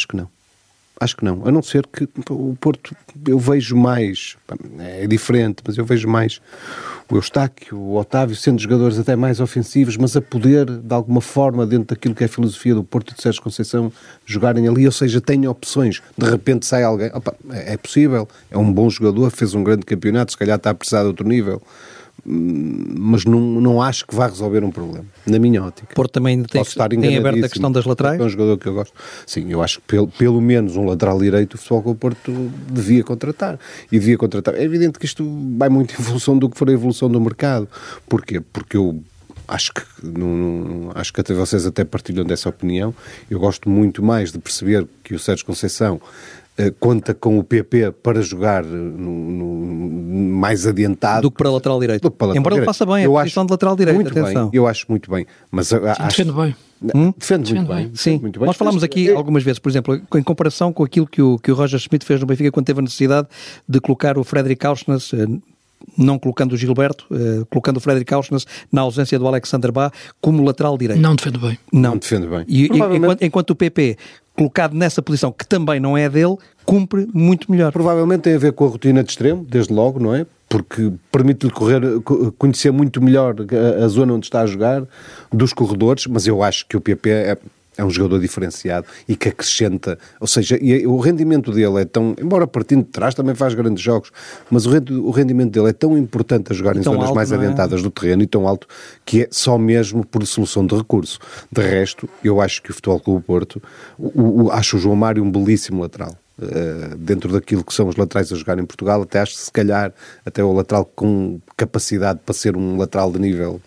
A não ser que o Porto, eu vejo mais, é diferente, mas eu vejo mais o Eustáquio, o Otávio, sendo jogadores até mais ofensivos, mas a poder, de alguma forma, dentro daquilo que é a filosofia do Porto e de Sérgio Conceição, jogarem ali, ou seja, têm opções. De repente sai alguém, é possível, é um bom jogador, fez um grande campeonato, se calhar está a precisar de outro nível, mas não acho que vá resolver um problema, na minha ótica. Porto também tem aberto a questão das laterais? É um jogador que eu gosto. Sim, eu acho que pelo menos um lateral direito o Futebol Clube do Porto devia contratar. É evidente que isto vai muito em função do que for a evolução do mercado. Porquê? Porque eu acho que até vocês até partilham dessa opinião. Eu gosto muito mais de perceber que o Sérgio Conceição conta com o PP para jogar mais adiantado do que para a lateral direito. Embora ele faça bem a posição de lateral direito, atenção. Eu acho muito bem, mas defende bem. Defende muito bem. Sim, muito bem. Nós falámos aqui algumas vezes, por exemplo, em comparação com aquilo que o Roger Schmidt fez no Benfica quando teve a necessidade de colocar o Frederic Auschwitz, não colocando o Gilberto, colocando o Frederic Auschwitz na ausência do Alexander Bá como lateral direito. Não defende bem. Não defende bem. E enquanto o PP, colocado nessa posição que também não é dele, cumpre muito melhor. Provavelmente tem a ver com a rotina de extremo, desde logo, não é? Porque permite-lhe conhecer muito melhor a zona onde está a jogar dos corredores, mas eu acho que o PP é um jogador diferenciado e que acrescenta, ou seja, o rendimento dele é tão, embora partindo de trás também faz grandes jogos, mas o rendimento dele é tão importante a jogar em zonas mais adiantadas do terreno e tão alto que é só mesmo por solução de recurso. De resto, eu acho que o Futebol Clube do Porto, acho o João Mário um belíssimo lateral. Dentro daquilo que são os laterais a jogar em Portugal, até acho que se calhar até o lateral com capacidade para ser um lateral de nível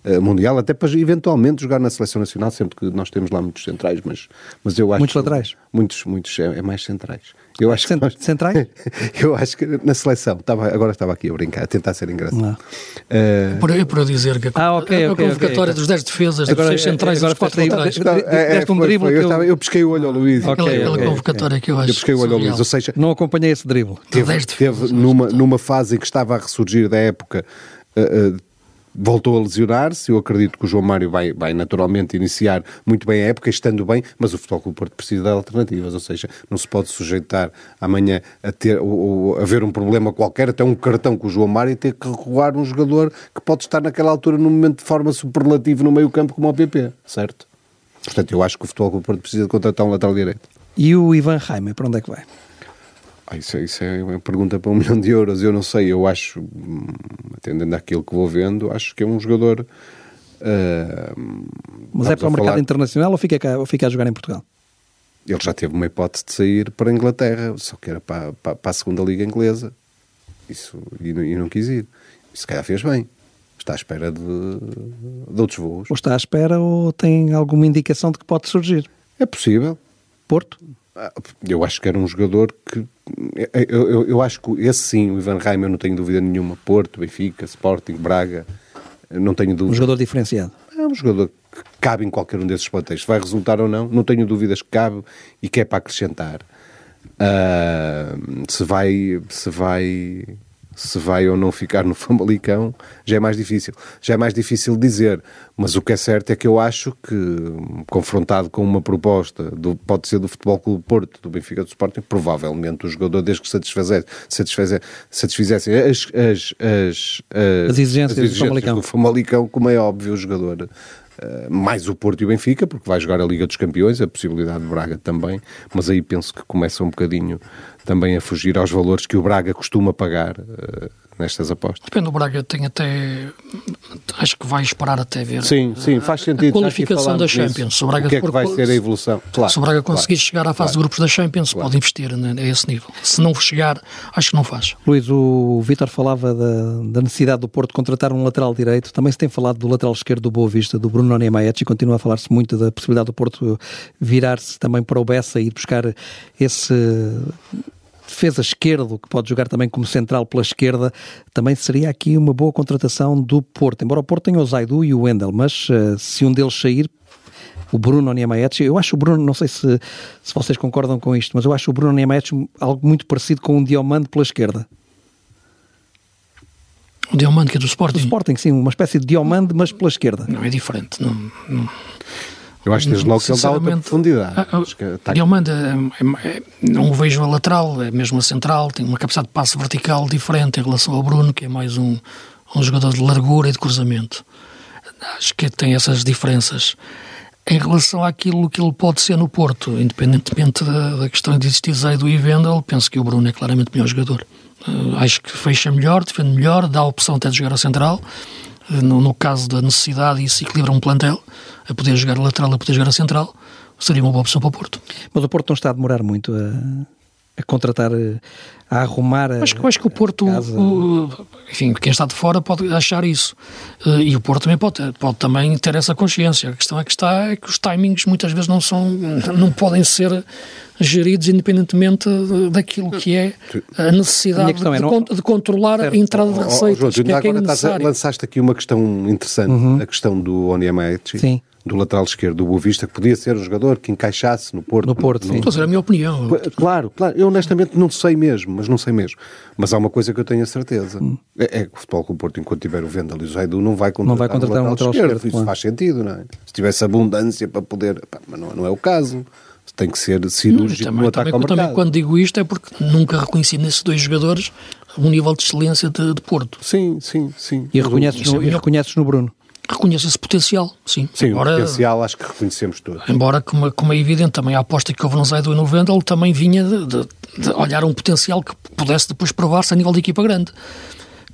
mundial, até para eventualmente jogar na Seleção Nacional, sempre que nós temos lá muitos centrais, mas eu acho... Muitos laterais? Muitos, é mais centrais. Eu acho centrais? Eu acho que na seleção, agora estava aqui a brincar, a tentar ser engraçado. Por eu dizer que a convocatória dos 10 defesas, dos 6 centrais e dos 4 laterais. Eu pesquei o olho ao Luís. Aquela convocatória que eu acho. Eu pesquei o olho ao Luís, ou seja... Não acompanhei esse drible. Teve numa fase em que estava a ressurgir da época... voltou a lesionar-se. Eu acredito que o João Mário vai naturalmente iniciar muito bem a época, estando bem, mas o Futebol Clube do Porto precisa de alternativas, ou seja, não se pode sujeitar amanhã a haver um problema qualquer, até um cartão com o João Mário e ter que recuar um jogador que pode estar naquela altura num momento de forma superlativa no meio campo como o PP, certo? Portanto, eu acho que o Futebol Clube do Porto precisa de contratar um lateral direito. E o Ivan Reimer, para onde é que vai? Isso é uma pergunta para €1 milhão. Eu não sei, eu acho, atendendo àquilo que vou vendo, acho que é um jogador... Mas é para o mercado internacional ou fica a jogar em Portugal? Ele já teve uma hipótese de sair para a Inglaterra, só que era para a segunda Liga Inglesa. E não quis ir. E se calhar fez bem. Está à espera de outros voos. Ou está à espera ou tem alguma indicação de que pode surgir? É possível. Porto? Eu acho que era um jogador que... Eu acho que esse sim, o Ivan Reimer, eu não tenho dúvida nenhuma. Porto, Benfica, Sporting, Braga, não tenho dúvida. Um jogador diferenciado. É um jogador que cabe em qualquer um desses plantéis. Vai resultar ou não tenho dúvidas que cabe e que é para acrescentar. Se vai ou não ficar no Famalicão, já é mais difícil. Já é mais difícil dizer, mas o que é certo é que eu acho que, confrontado com uma proposta, pode ser do Futebol Clube do Porto, do Benfica, do Sporting, provavelmente o jogador, desde que satisfizessem as exigências do Famalicão, como é óbvio, o jogador... mais o Porto e o Benfica, porque vai jogar a Liga dos Campeões, a possibilidade de Braga também, mas aí penso que começa um bocadinho também a fugir aos valores que o Braga costuma pagar nestas apostas. Depende, do Braga tem até... acho que vai esperar até ver sim, faz sentido, a qualificação da Champions. Se o Braga o que é que vai ser a evolução? Claro, se o Braga conseguir chegar à fase de grupos da Champions, pode investir a esse nível. Se não chegar, acho que não faz. Luís, o Vítor falava da necessidade do Porto contratar um lateral direito. Também se tem falado do lateral esquerdo do Boa Vista, do Bruno Onyemaechi, e continua a falar-se muito da possibilidade do Porto virar-se também para o Bessa e buscar esse... defesa esquerdo, que pode jogar também como central pela esquerda, também seria aqui uma boa contratação do Porto. Embora o Porto tenha o Zaidu e o Wendel, mas se um deles sair, o Bruno Onyemaechi, eu acho o Bruno, não sei se vocês concordam com isto, mas eu acho o Bruno Onyemaechi algo muito parecido com o Diomande pela esquerda. O Diomande que é do Sporting? Do Sporting, sim, uma espécie de Diomande, mas pela esquerda. Não, é diferente, não... Eu acho que desde logo que ele dá outra profundidade. Diomande, não o vejo a lateral, é mesmo a central, tem uma capacidade de passe vertical diferente em relação ao Bruno, que é mais um jogador de largura e de cruzamento. Acho que tem essas diferenças. Em relação àquilo que ele pode ser no Porto, independentemente da questão de existir Zaidu e Wendel, penso que o Bruno é claramente o melhor jogador. Acho que fecha melhor, defende melhor, dá a opção até de jogar a central. No caso da necessidade, isso equilibra um plantel, a poder jogar a lateral, a poder jogar a central, seria uma boa opção para o Porto. Mas o Porto não está a demorar muito a contratar, a arrumar a Acho que o Porto, enfim, quem está de fora pode achar isso. E o Porto também pode também ter essa consciência. A questão é que os timings muitas vezes não podem ser geridos independentemente daquilo que é a necessidade de controlar a entrada de receitas, que é necessário. Lançaste aqui uma questão interessante, a questão do Onyemaechi, do lateral esquerdo do Boa Vista, que podia ser um jogador que encaixasse no Porto. Sim. Estou a dizer a minha opinião. Claro, eu honestamente não sei mesmo. Mas há uma coisa que eu tenho a certeza. É que o Futebol Clube do Porto, enquanto tiver o Wendel e o Zaidu, não vai contratar um lateral esquerdo. Isso faz sentido, não é? Se tivesse abundância para poder... mas não é o caso. Tem que ser cirúrgico no ataque ao mercado. Também quando digo isto é porque nunca reconheci nesses dois jogadores um nível de excelência de Porto. Sim. E reconheces no Bruno? Reconheço esse potencial, sim. Sim, o potencial acho que reconhecemos todos. Embora, como é evidente, também a aposta que houve no Zaidu e no Wendel também vinha de olhar um potencial que pudesse depois provar-se a nível de equipa grande.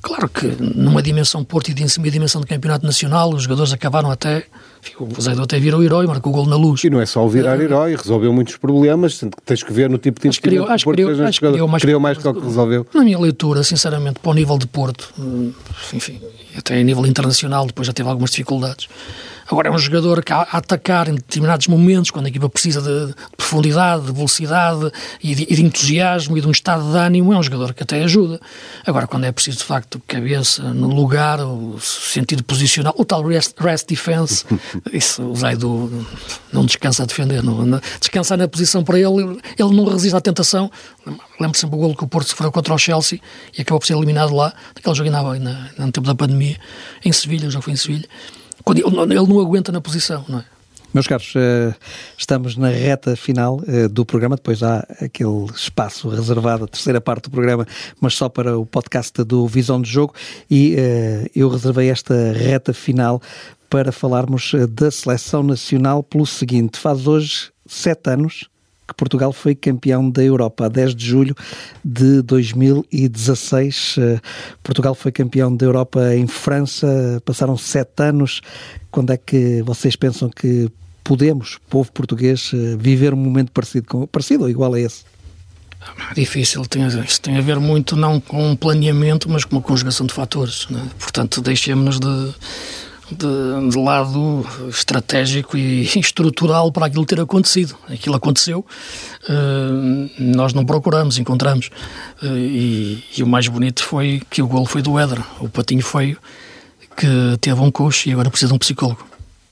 Claro que numa dimensão Porto e numa dimensão de campeonato nacional, os jogadores acabaram até... O Zaido até virou herói, marcou o gol na Luz. E não é só o virar herói, resolveu muitos problemas, tens que ver no tipo de investimento que o Porto criou mais do que resolveu. Na minha leitura, sinceramente, para o nível de Porto, enfim, até a nível internacional, depois já teve algumas dificuldades. Agora é um jogador que a atacar em determinados momentos, quando a equipa precisa de profundidade, de velocidade e de entusiasmo e de um estado de ânimo, é um jogador que até ajuda. Agora, quando é preciso, de facto, cabeça no lugar, o sentido posicional, o tal rest defense, isso o Zaido não descansa a defender, não descansar na posição para ele não resiste à tentação. Lembro sempre o golo que o Porto sofreu contra o Chelsea e acabou por ser eliminado lá, daquele jogo no tempo da pandemia, em Sevilha, o jogo foi em Sevilha. Quando ele não aguenta na posição, não é? Meus caros, estamos na reta final do programa, depois há aquele espaço reservado, a terceira parte do programa, mas só para o podcast do Visão de Jogo, e eu reservei esta reta final para falarmos da Seleção Nacional pelo seguinte: faz hoje 7 anos que Portugal foi campeão da Europa, a 10 de julho de 2016. Portugal foi campeão da Europa em França, passaram 7 anos. Quando é que vocês pensam que podemos, povo português, viver um momento parecido ou igual a esse? Difícil, isto tem a ver muito não com um planeamento, mas com uma conjugação de fatores, não é? Portanto, deixemos-nos de lado estratégico e estrutural para aquilo ter acontecido. Aquilo aconteceu, nós não procuramos, encontramos. E o mais bonito foi que o golo foi do Éder, o patinho feio, que teve um coxo e agora precisa de um psicólogo.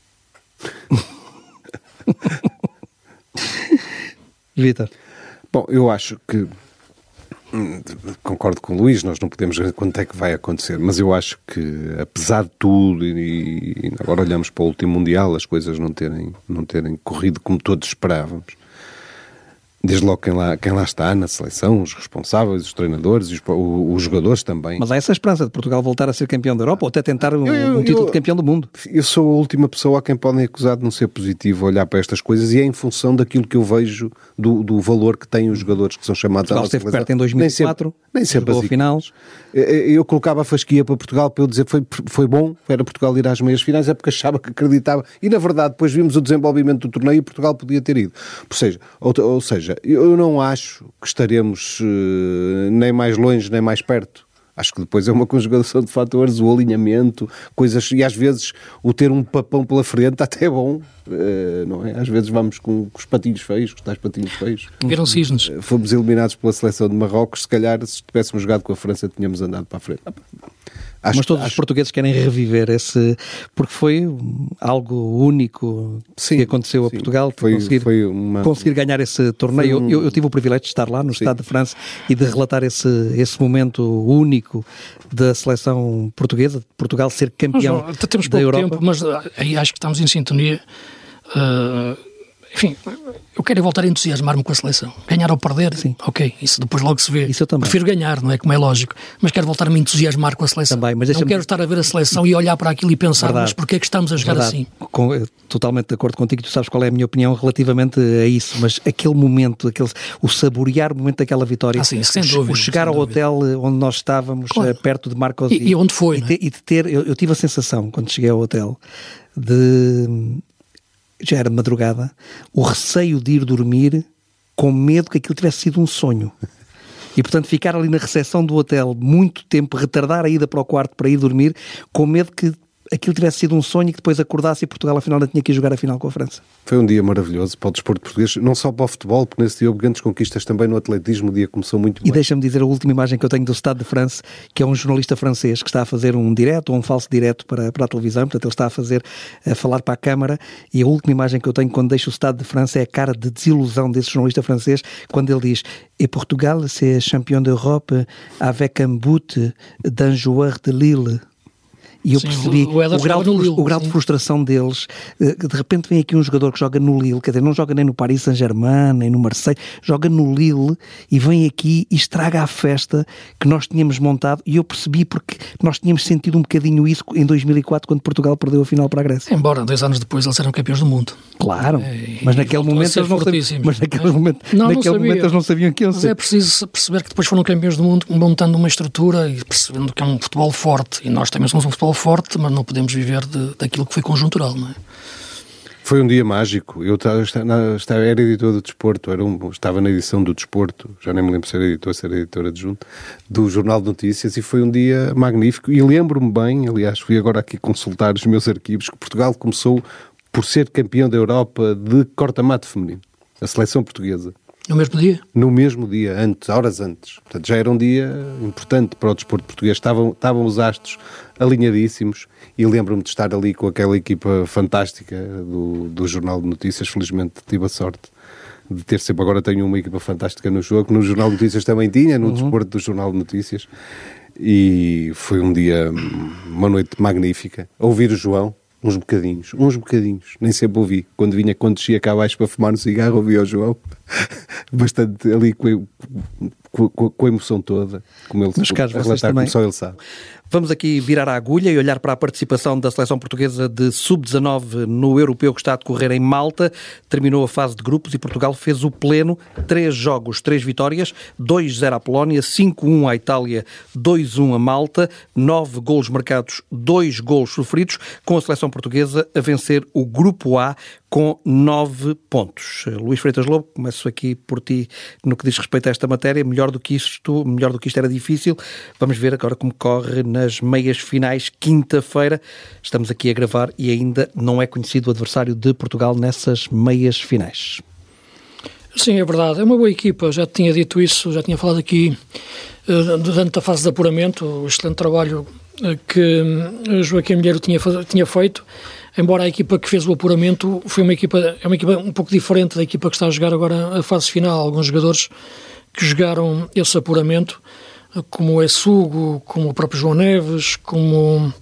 Vítor. Bom, eu acho que concordo com o Luís, nós não podemos ver quando é que vai acontecer, mas eu acho que, apesar de tudo, e agora olhamos para o último Mundial, as coisas não terem corrido como todos esperávamos, desde logo quem lá está na seleção, os responsáveis, os treinadores, os jogadores também. Mas há essa esperança de Portugal voltar a ser campeão da Europa ou até tentar um título de campeão do mundo. Eu sou a última pessoa a quem podem acusar de não ser positivo olhar para estas coisas, e é em função daquilo que eu vejo do valor que têm os jogadores que são chamados à nossa seleção. Portugal esteve perto em 2004, nem sempre chegou ao final. Eu colocava a fasquia para Portugal para eu dizer que foi bom, era Portugal ir às meias finais, é porque achava que acreditava, e na verdade depois vimos o desenvolvimento do torneio e Portugal podia ter ido. Ou seja, eu não acho que estaremos nem mais longe nem mais perto. Acho que depois é uma conjugação de fatores, o alinhamento, coisas, e às vezes o ter um papão pela frente até é bom, não é? Às vezes vamos com os patinhos feios, com os tais patinhos feios. Viram cisnes. Fomos eliminados pela seleção de Marrocos, se calhar se tivéssemos jogado com a França tínhamos andado para a frente. Mas todos os portugueses querem reviver esse... Porque foi algo único que aconteceu a Portugal, conseguir ganhar esse torneio. Eu tive o privilégio de estar lá no Estado de França e de relatar esse momento único da seleção portuguesa, de Portugal ser campeão temos da Europa. Tempo, mas aí acho que estamos em sintonia. Enfim, eu quero voltar a entusiasmar-me com a seleção. Ganhar ou perder, sim. Ok, isso depois logo se vê. Isso eu também. Prefiro ganhar, não é? Como é lógico. Mas quero voltar a me entusiasmar com a seleção. Também, mas não quero estar a ver a seleção e olhar para aquilo e pensar, mas porquê é que estamos a jogar assim? Totalmente de acordo contigo, tu sabes qual é a minha opinião relativamente a isso, mas aquele momento, o saborear o momento daquela vitória, sim, sem dúvida, o chegar ao hotel onde nós estávamos, perto de Marcos e onde foi, e de ter, eu tive a sensação, quando cheguei ao hotel, já era de madrugada, o receio de ir dormir com medo que aquilo tivesse sido um sonho. E, portanto, ficar ali na recepção do hotel muito tempo, retardar a ida para o quarto para ir dormir, com medo que aquilo tivesse sido um sonho e que depois acordasse e Portugal afinal não tinha que ir jogar a final com a França. Foi um dia maravilhoso para o desporto português, não só para o futebol, porque nesse dia houve grandes conquistas também no atletismo, o dia começou muito bem. E deixa-me dizer a última imagem que eu tenho do Stade de France, que é um jornalista francês que está a fazer um direto ou um falso direto para a televisão, portanto ele está a falar para a câmara, e a última imagem que eu tenho quando deixo o Stade de France é a cara de desilusão desse jornalista francês, quando ele diz: "Et Portugal c'est champion d'Europe avec un but d'un joueur de Lille." e eu percebi o grau de frustração deles. De repente vem aqui um jogador que joga no Lille, quer dizer, não joga nem no Paris Saint-Germain, nem no Marseille, joga no Lille e vem aqui e estraga a festa que nós tínhamos montado, e eu percebi porque nós tínhamos sentido um bocadinho isso em 2004, quando Portugal perdeu a final para a Grécia. Embora 2 anos depois eles eram campeões do mundo. Claro, mas naquele momento eles não sabiam que iam ser. Mas é preciso perceber que depois foram campeões do mundo, montando uma estrutura e percebendo que é um futebol forte, e nós também somos um futebol forte, mas não podemos viver daquilo que foi conjuntural, não é? Foi um dia mágico. Eu era editor do Desporto, estava na edição do Desporto, já nem me lembro se era editor adjunto, do Jornal de Notícias, e foi um dia magnífico. E lembro-me bem, aliás, fui agora aqui consultar os meus arquivos, que Portugal começou por ser campeão da Europa de corta-mato feminino, a seleção portuguesa. No mesmo dia? No mesmo dia, horas antes. Portanto, já era um dia importante para o desporto português. Estavam os astros alinhadíssimos, e lembro-me de estar ali com aquela equipa fantástica do Jornal de Notícias. Felizmente tive a sorte de ter sempre. Agora tenho uma equipa fantástica no jogo. No Jornal de Notícias também tinha, no desporto do Jornal de Notícias. E foi um dia, uma noite magnífica. Ouvir o João. Uns bocadinhos, nem sempre ouvi. Quando descia cá abaixo para fumar no cigarro, ouvia o João, bastante ali com a emoção toda, como ele relatar, como só ele sabe. Vamos aqui virar a agulha e olhar para a participação da seleção portuguesa de sub-19 no europeu que está a decorrer em Malta. Terminou a fase de grupos e Portugal fez o pleno. 3 jogos, 3 vitórias, 2-0 à Polónia, 5-1 à Itália, 2-1 a Malta, 9 golos marcados, 2 golos sofridos, com a seleção portuguesa a vencer o grupo A com 9 pontos. Luís Freitas Lobo, começo aqui por ti no que diz respeito a esta matéria. Melhor do que isto era difícil. Vamos ver agora como corre nas meias finais, quinta-feira. Estamos aqui a gravar e ainda não é conhecido o adversário de Portugal nessas meias finais. Sim, é verdade. É uma boa equipa. Já tinha dito isso, já tinha falado aqui durante a fase de apuramento, o excelente trabalho que Joaquim Milheiro tinha feito. Embora a equipa que fez o apuramento é uma equipa um pouco diferente da equipa que está a jogar agora a fase final. Alguns jogadores que jogaram esse apuramento, como o Essugo, como o próprio João Neves, como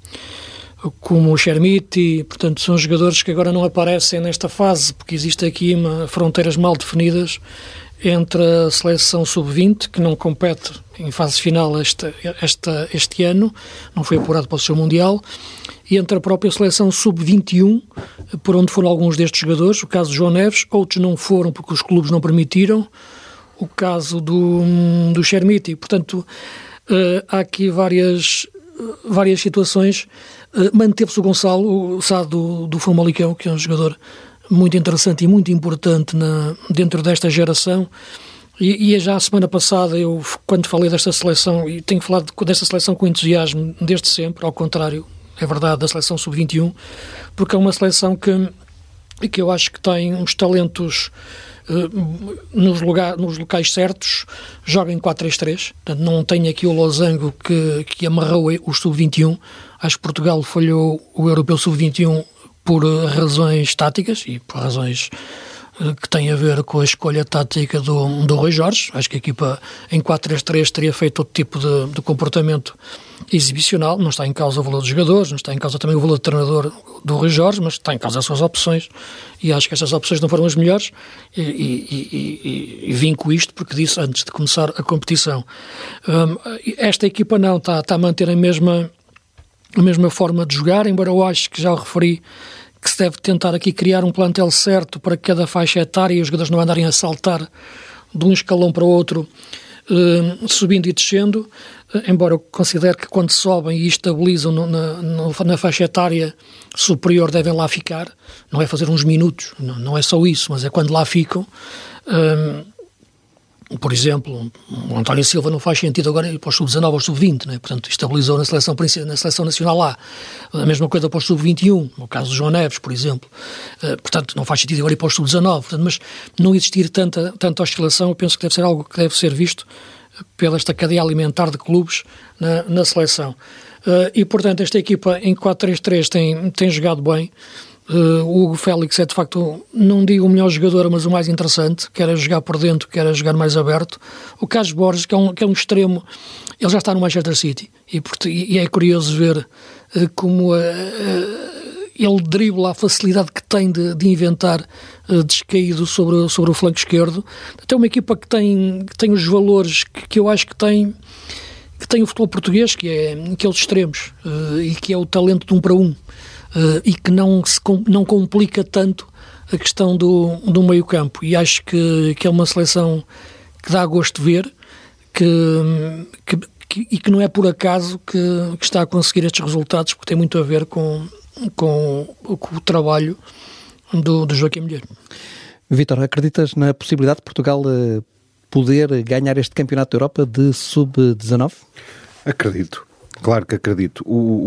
o Chermiti, portanto são jogadores que agora não aparecem nesta fase, porque existem aqui fronteiras mal definidas entre a seleção sub-20, que não compete em fase final este ano, não foi apurado para o seu Mundial, e entre a própria seleção sub-21, por onde foram alguns destes jogadores, o caso de João Neves, outros não foram porque os clubes não permitiram, o caso do Chermiti. Portanto, há aqui várias situações. Manteve-se o Gonçalo Sá do Famalicão, que é um jogador muito interessante e muito importante dentro desta geração. E já a semana passada, eu, quando falei desta seleção, e tenho falado desta seleção com entusiasmo desde sempre, ao contrário, é verdade, da seleção sub-21, porque é uma seleção que eu acho que tem uns talentos nos locais certos, joga em 4-3-3, portanto não tem aqui o losango que amarrou o sub-21. Acho que Portugal falhou o europeu sub-21 por razões táticas e por razões que têm a ver com a escolha tática do Rui Jorge. Acho que a equipa em 4-3-3 teria feito outro tipo de comportamento exibicional. Não está em causa o valor dos jogadores, não está em causa também o valor do treinador do Rui Jorge, mas está em causa as suas opções, e acho que estas opções não foram as melhores, e vim com isto porque disse antes de começar a competição. Esta equipa não está a manter a mesma forma de jogar, embora eu acho que já o referi, que se deve tentar aqui criar um plantel certo para cada faixa etária e os jogadores não andarem a saltar de um escalão para o outro, subindo e descendo, embora eu considere que quando sobem e estabilizam na faixa etária superior devem lá ficar, não é fazer uns minutos, não é só isso, mas é quando lá ficam. Por exemplo, o António Silva não faz sentido agora ir para o sub-19 ou sub-20, né? Portanto, estabilizou na seleção nacional lá. A mesma coisa para o sub-21, no caso do João Neves, por exemplo. Portanto, não faz sentido agora ir para o sub-19. Portanto, mas não existir tanta oscilação, eu penso que deve ser algo que deve ser visto pela esta cadeia alimentar de clubes na seleção. E, portanto, esta equipa em 4-3-3 tem jogado bem. O Hugo Félix é de facto, não digo o melhor jogador, mas o mais interessante, quer jogar por dentro, quer jogar mais aberto. O Carlos Borges, que é um extremo, ele já está no Manchester City, e é curioso ver como ele dribla a facilidade que tem de inventar descaído sobre o flanco esquerdo. Até uma equipa que tem os valores que eu acho que tem o futebol português, que é os extremos, e que é o talento de 1 para 1, e que não complica tanto a questão do meio campo. E acho que é uma seleção que dá gosto de ver, e que não é por acaso que está a conseguir estes resultados, porque tem muito a ver com o trabalho do Joaquim Milheiro. Vítor, acreditas na possibilidade de Portugal poder ganhar este Campeonato da Europa de Sub-19? Acredito. Claro que acredito.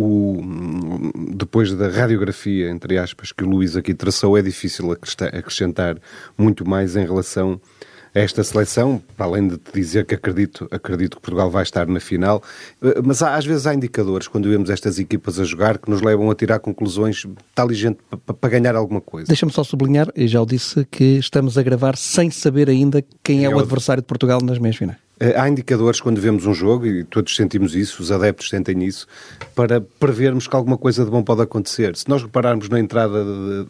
Depois da radiografia, entre aspas, que o Luís aqui traçou, é difícil acrescentar muito mais em relação a esta seleção, para além de te dizer que acredito que Portugal vai estar na final, mas às vezes há indicadores, quando vemos estas equipas a jogar, que nos levam a tirar conclusões, está ali gente para ganhar alguma coisa. Deixa-me só sublinhar, e já o disse, que estamos a gravar sem saber ainda quem é o adversário de Portugal nas meias finais. Há indicadores quando vemos um jogo, e todos sentimos isso, os adeptos sentem isso, para prevermos que alguma coisa de bom pode acontecer. Se nós repararmos na entrada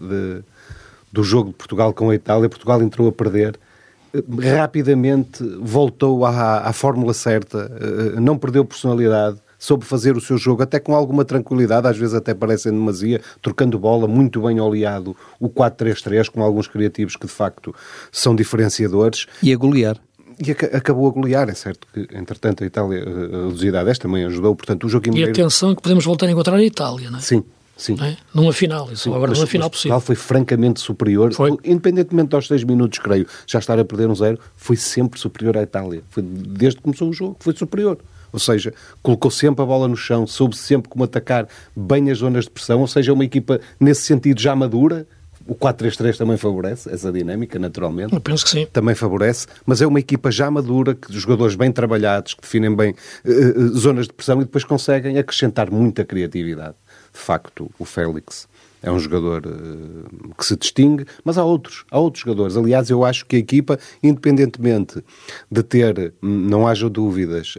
do jogo de Portugal com a Itália, Portugal entrou a perder, rapidamente voltou à fórmula certa, não perdeu personalidade, soube fazer o seu jogo até com alguma tranquilidade, às vezes até parece em demasia, trocando bola, muito bem oleado o 4-3-3, com alguns criativos que de facto são diferenciadores. E a golear. E acabou a golear, é certo que, entretanto, a Itália, a velocidade desta também ajudou, portanto, o Joaquim Milheiro... E atenção que podemos voltar a encontrar a Itália, não é? Sim. Sim. Não é? Numa final, isso agora numa final possível. Portugal foi francamente superior, independentemente dos 6 minutos, creio, já estar a perder 1-0, foi sempre superior à Itália. Foi, desde que começou o jogo, foi superior. Ou seja, colocou sempre a bola no chão, soube sempre como atacar bem as zonas de pressão, ou seja, uma equipa, nesse sentido, já madura. O 4-3-3 também favorece essa dinâmica, naturalmente. Eu penso que sim. Também favorece, mas é uma equipa já madura, que jogadores bem trabalhados, que definem bem zonas de pressão e depois conseguem acrescentar muita criatividade. De facto, o Félix é um jogador que se distingue, mas há outros jogadores. Aliás, eu acho que a equipa, independentemente de ter, não haja dúvidas,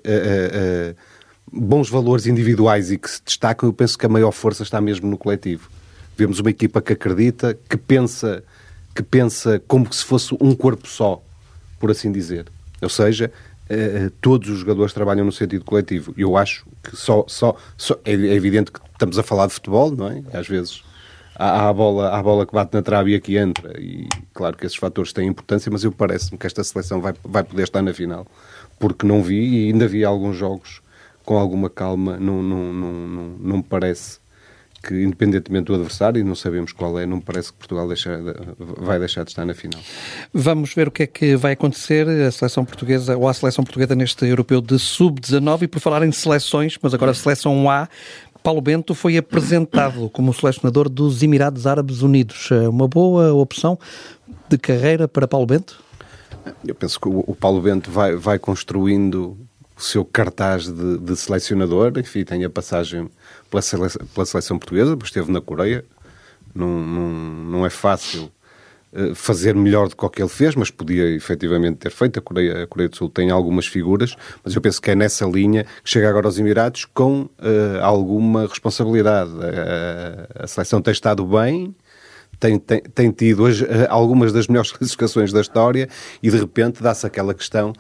bons valores individuais e que se destacam, eu penso que a maior força está mesmo no coletivo. Vemos uma equipa que acredita, que pensa como se fosse um corpo só, por assim dizer. Ou seja, todos os jogadores trabalham no sentido coletivo. Eu acho que é evidente que estamos a falar de futebol, não é? Às vezes há a bola que bate na trave e aqui entra, e claro que esses fatores têm importância, mas parece-me que esta seleção vai poder estar na final, porque não vi, e ainda vi alguns jogos com alguma calma, não me parece que, independentemente do adversário, e não sabemos qual é, não me parece que Portugal vai deixar de estar na final. Vamos ver o que é que vai acontecer à seleção portuguesa neste europeu de Sub-19. E por falar em seleções, mas agora a seleção A, Paulo Bento foi apresentado como selecionador dos Emirados Árabes Unidos. Uma boa opção de carreira para Paulo Bento? Eu penso que o Paulo Bento vai construindo o seu cartaz de selecionador. Enfim, tem a passagem pela seleção portuguesa, depois esteve na Coreia. Não é fácil fazer melhor do que o que ele fez, mas podia efetivamente ter feito. A Coreia do Sul tem algumas figuras, mas eu penso que é nessa linha que chega agora aos Emirados com alguma responsabilidade. A seleção tem estado bem, tem tido hoje algumas das melhores classificações da história, e de repente dá-se aquela questão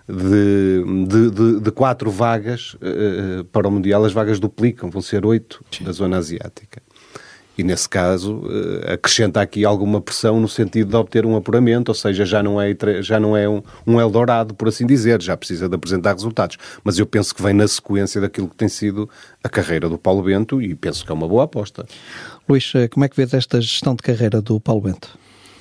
de 4 vagas para o Mundial. As vagas duplicam, vão ser 8 da zona asiática. E nesse caso acrescenta aqui alguma pressão no sentido de obter um apuramento, ou seja, já não é um Eldorado, por assim dizer, já precisa de apresentar resultados. Mas eu penso que vem na sequência daquilo que tem sido a carreira do Paulo Bento, e penso que é uma boa aposta. Luís, como é que vês esta gestão de carreira do Paulo Bento?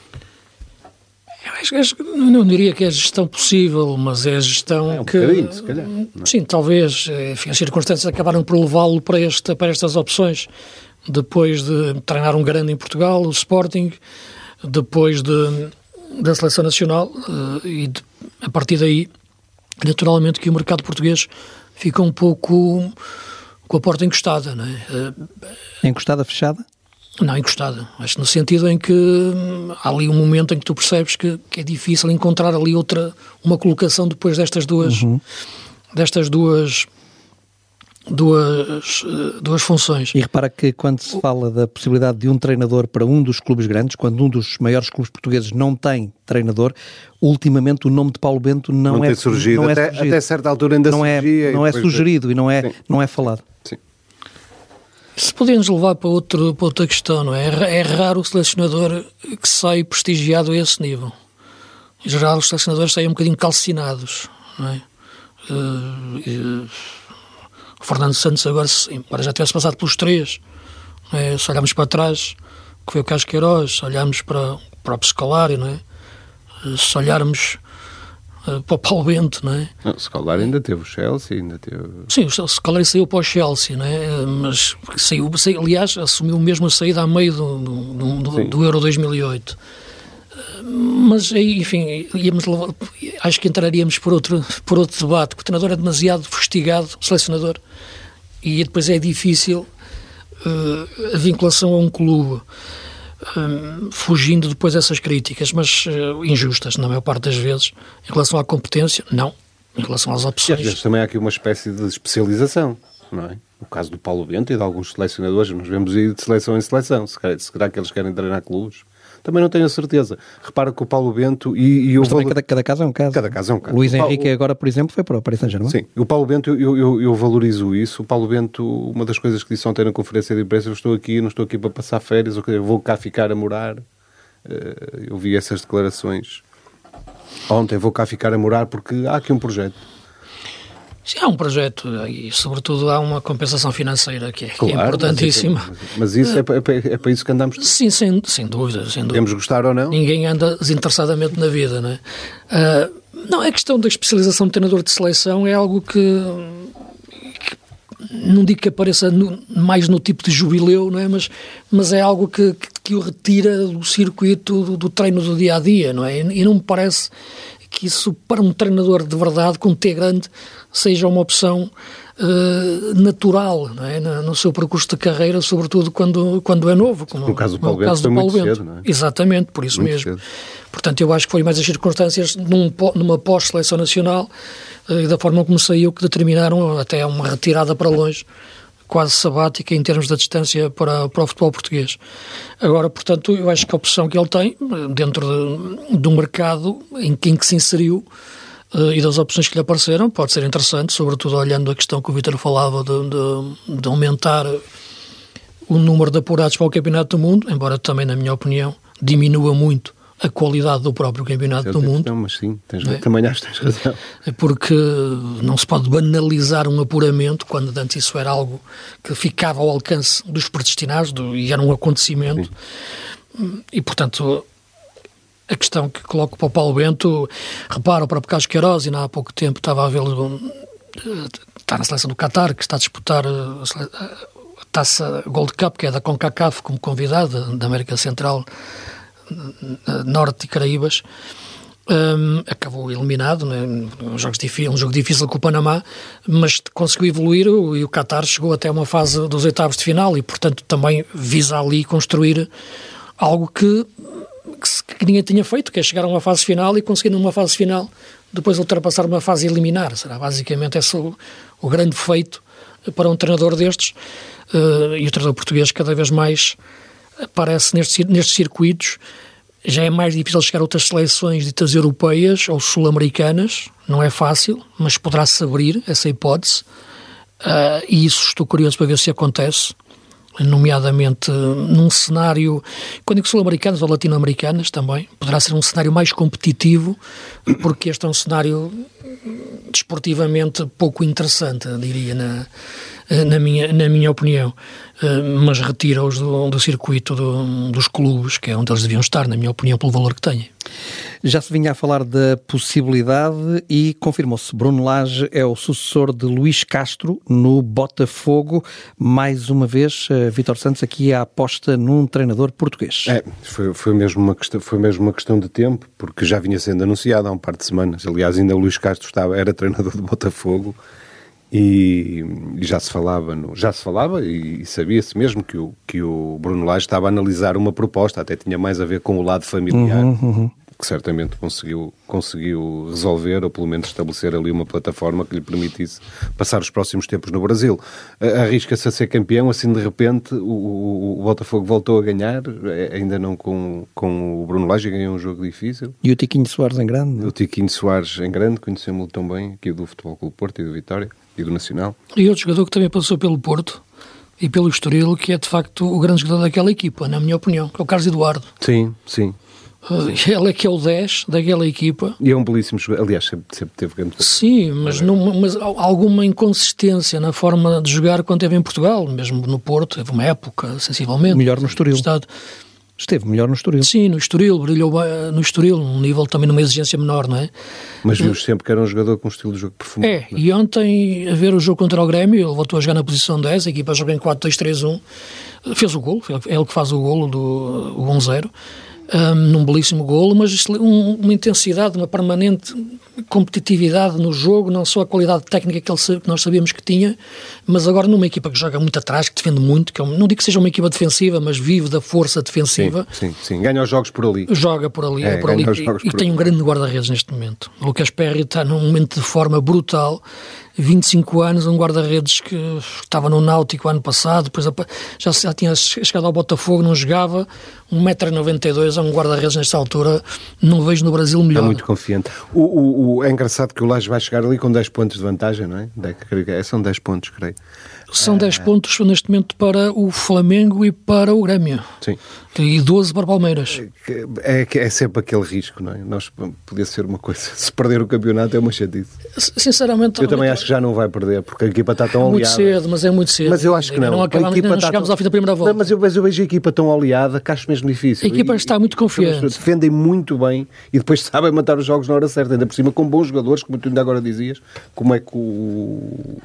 Eu não diria que é a gestão possível, mas é a gestão que... Se calhar. Sim, talvez. Enfim, as circunstâncias acabaram por levá-lo para estas opções. Depois de treinar um grande em Portugal, o Sporting, depois da Seleção Nacional, e a partir daí, naturalmente, que o mercado português fica um pouco com a porta encostada, não é? Encostada, fechada? Não, encostada. Acho no sentido em que há ali um momento em que tu percebes que é difícil encontrar ali uma colocação depois destas duas duas funções. E repara que quando se fala da possibilidade de um treinador para um dos clubes grandes, quando um dos maiores clubes portugueses não tem treinador, ultimamente o nome de Paulo Bento não é surgido. Não até, até certa altura ainda surgia. Não é sugerido e não é falado. Sim. Isso podemos levar para outra questão, não é? É raro o selecionador que sai prestigiado a esse nível. Em geral, os selecionadores saem um bocadinho calcinados, não é? O Fernando Santos agora já tivesse passado pelos três, não é? Se olharmos para trás, que foi o Carlos Queiroz, se olharmos para o próprio Scolari, não é? Se olharmos para o Paulo Bento, não é? Não, o Scolari ainda teve o Chelsea, ainda teve... Sim, o Scolari saiu para o Chelsea, não é? Mas aliás, assumiu mesmo a saída a meio do Euro 2008. Mas, enfim, acho que entraríamos por outro debate, porque o treinador é demasiado fustigado, o selecionador, e depois é difícil a vinculação a um clube, fugindo depois dessas críticas, mas injustas, na maior parte das vezes, em relação à competência, não, em relação às opções. E às vezes também há aqui uma espécie de especialização, não é? O caso do Paulo Bento e de alguns selecionadores, nós vemos ir de seleção em seleção, será que eles querem treinar clubes? Também não tenho a certeza. Repara que o Paulo Bento e mas também cada caso é um caso. Cada caso é um caso. Luís Henrique agora, por exemplo, foi para o Paris Saint-Germain. Sim. O Paulo Bento, eu valorizo isso. O Paulo Bento, uma das coisas que disse ontem na conferência de imprensa, não estou aqui para passar férias, eu vou cá ficar a morar. Eu vi essas declarações ontem, vou cá ficar a morar porque há aqui um projeto. Sim, há um projeto e, sobretudo, há uma compensação financeira que é importantíssima. Mas isso é para isso que andamos... Sim, sem dúvida. Podemos gostar ou não? Ninguém anda desinteressadamente na vida, não é? Não, a questão da especialização de treinador de seleção é algo que não digo que apareça mais no tipo de jubileu, não é? Mas é algo que o retira do circuito do treino do dia-a-dia, não é? E não me parece que isso, para um treinador de verdade, com T grande, seja uma opção natural, não é? No seu percurso de carreira, sobretudo quando é novo. Como no caso do Paulo Bento, foi muito cedo, não é? Exatamente, por isso muito mesmo. Cedo. Portanto, eu acho que foi mais as circunstâncias numa pós-seleção nacional e da forma como saiu que determinaram até uma retirada para longe, quase sabática em termos da distância para o futebol português. Agora, portanto, eu acho que a opção que ele tem, dentro do mercado em que se inseriu e das opções que lhe apareceram, pode ser interessante, sobretudo olhando a questão que o Vítor falava de aumentar o número de apurados para o Campeonato do Mundo, embora também, na minha opinião, diminua muito a qualidade do próprio Campeonato do Mundo. Não, mas sim, também acho que tens razão. Porque não se pode banalizar um apuramento, quando antes isso era algo que ficava ao alcance dos predestinados e era um acontecimento. Sim. E, portanto, a questão que coloco para o Paulo Bento, repara, o próprio Carlos Queiroz, ainda há pouco tempo estava a vê-lo, está na seleção do Qatar, que está a disputar a taça Gold Cup, que é da CONCACAF, como convidado da América Central, Norte e Caraíbas, acabou eliminado, né? Um jogo difícil com o Panamá, mas conseguiu evoluir e o Qatar chegou até uma fase dos oitavos de final e, portanto, também visa ali construir algo que ninguém tinha feito, que é chegar a uma fase final e conseguir numa fase final depois ultrapassar uma fase eliminar. Será basicamente esse o grande feito para um treinador destes, e o treinador português cada vez mais aparece nestes circuitos. Já é mais difícil chegar a outras seleções ditas europeias ou sul-americanas, não é fácil, mas poderá-se abrir essa hipótese, e isso estou curioso para ver se acontece, nomeadamente num cenário, quando digo sul-americanas ou latino-americanas também, poderá ser um cenário mais competitivo, porque este é um cenário desportivamente pouco interessante, diria, na minha opinião, mas retira-os do circuito dos clubes, que é onde eles deviam estar, na minha opinião, pelo valor que têm. Já se vinha a falar da possibilidade e confirmou-se. Bruno Lage é o sucessor de Luís Castro no Botafogo. Mais uma vez, Vítor Santos, aqui a aposta num treinador português. Foi mesmo uma questão de tempo, porque já vinha sendo anunciado há um par de semanas. Aliás, ainda o Luís Castro era treinador do Botafogo. E já se falava e sabia-se mesmo que o Bruno Lage estava a analisar uma proposta, até tinha mais a ver com o lado familiar, que certamente conseguiu resolver, ou pelo menos estabelecer ali uma plataforma que lhe permitisse passar os próximos tempos no Brasil. Arrisca-se a ser campeão, assim de repente o Botafogo voltou a ganhar, ainda não com o Bruno Lage, ganhou um jogo difícil. E o Tiquinho Soares em grande? O Tiquinho Soares em grande, conhecemos-lo tão bem, aqui do Futebol Clube Porto e do Vitória e do Nacional. E outro jogador que também passou pelo Porto e pelo Estoril, que é de facto o grande jogador daquela equipa, na minha opinião, que é o Carlos Eduardo. Sim. Ele é que é o 10 daquela equipa. E é um belíssimo jogador, aliás, sempre teve grande... Sim, mas alguma inconsistência na forma de jogar quando esteve em Portugal, mesmo no Porto, teve uma época, sensivelmente. Melhor no Estoril. Esteve melhor no Estoril. Sim, no Estoril, brilhou no Estoril, num nível também numa exigência menor, não é? Mas vimos sempre que era um jogador com um estilo de jogo perfumado. É, e ontem, a ver o jogo contra o Grêmio, ele voltou a jogar na posição 10, a equipa joga em 4-2-3-1, fez o golo, é ele que faz o golo do 1-0, num belíssimo golo, mas uma intensidade, uma permanente competitividade no jogo, não só a qualidade técnica que nós sabíamos que tinha, mas agora numa equipa que joga muito atrás, que defende muito, não digo que seja uma equipa defensiva, mas vive da força defensiva. Sim. Ganha os jogos por ali. Joga por ali, e tem um grande guarda-redes neste momento. O Lucas Perry está num momento de forma brutal, 25 anos, um guarda-redes que estava no Náutico ano passado, depois já tinha chegado ao Botafogo, não jogava, 1,92 m, é um guarda-redes nesta altura, não vejo no Brasil melhor. Está muito confiante. É engraçado que o Lage vai chegar ali com 10 pontos de vantagem, não é? São 10 pontos, creio. São 10 pontos neste momento para o Flamengo e para o Grêmio. Sim. E 12 para o Palmeiras. É sempre aquele risco, não é? Podia ser uma coisa. Se perder o campeonato é uma chatice. Sinceramente... Eu também acho que já não vai perder, porque a equipa está tão muito aliada. Cedo, mas é muito cedo. Mas eu acho que não. Não chegámos ao fim da primeira volta. Não, mas eu vejo a equipa tão aliada que acho mesmo difícil. A equipa está muito confiante. Defendem muito bem e depois sabem matar os jogos na hora certa. Ainda por cima com bons jogadores, como tu ainda agora dizias, como é que o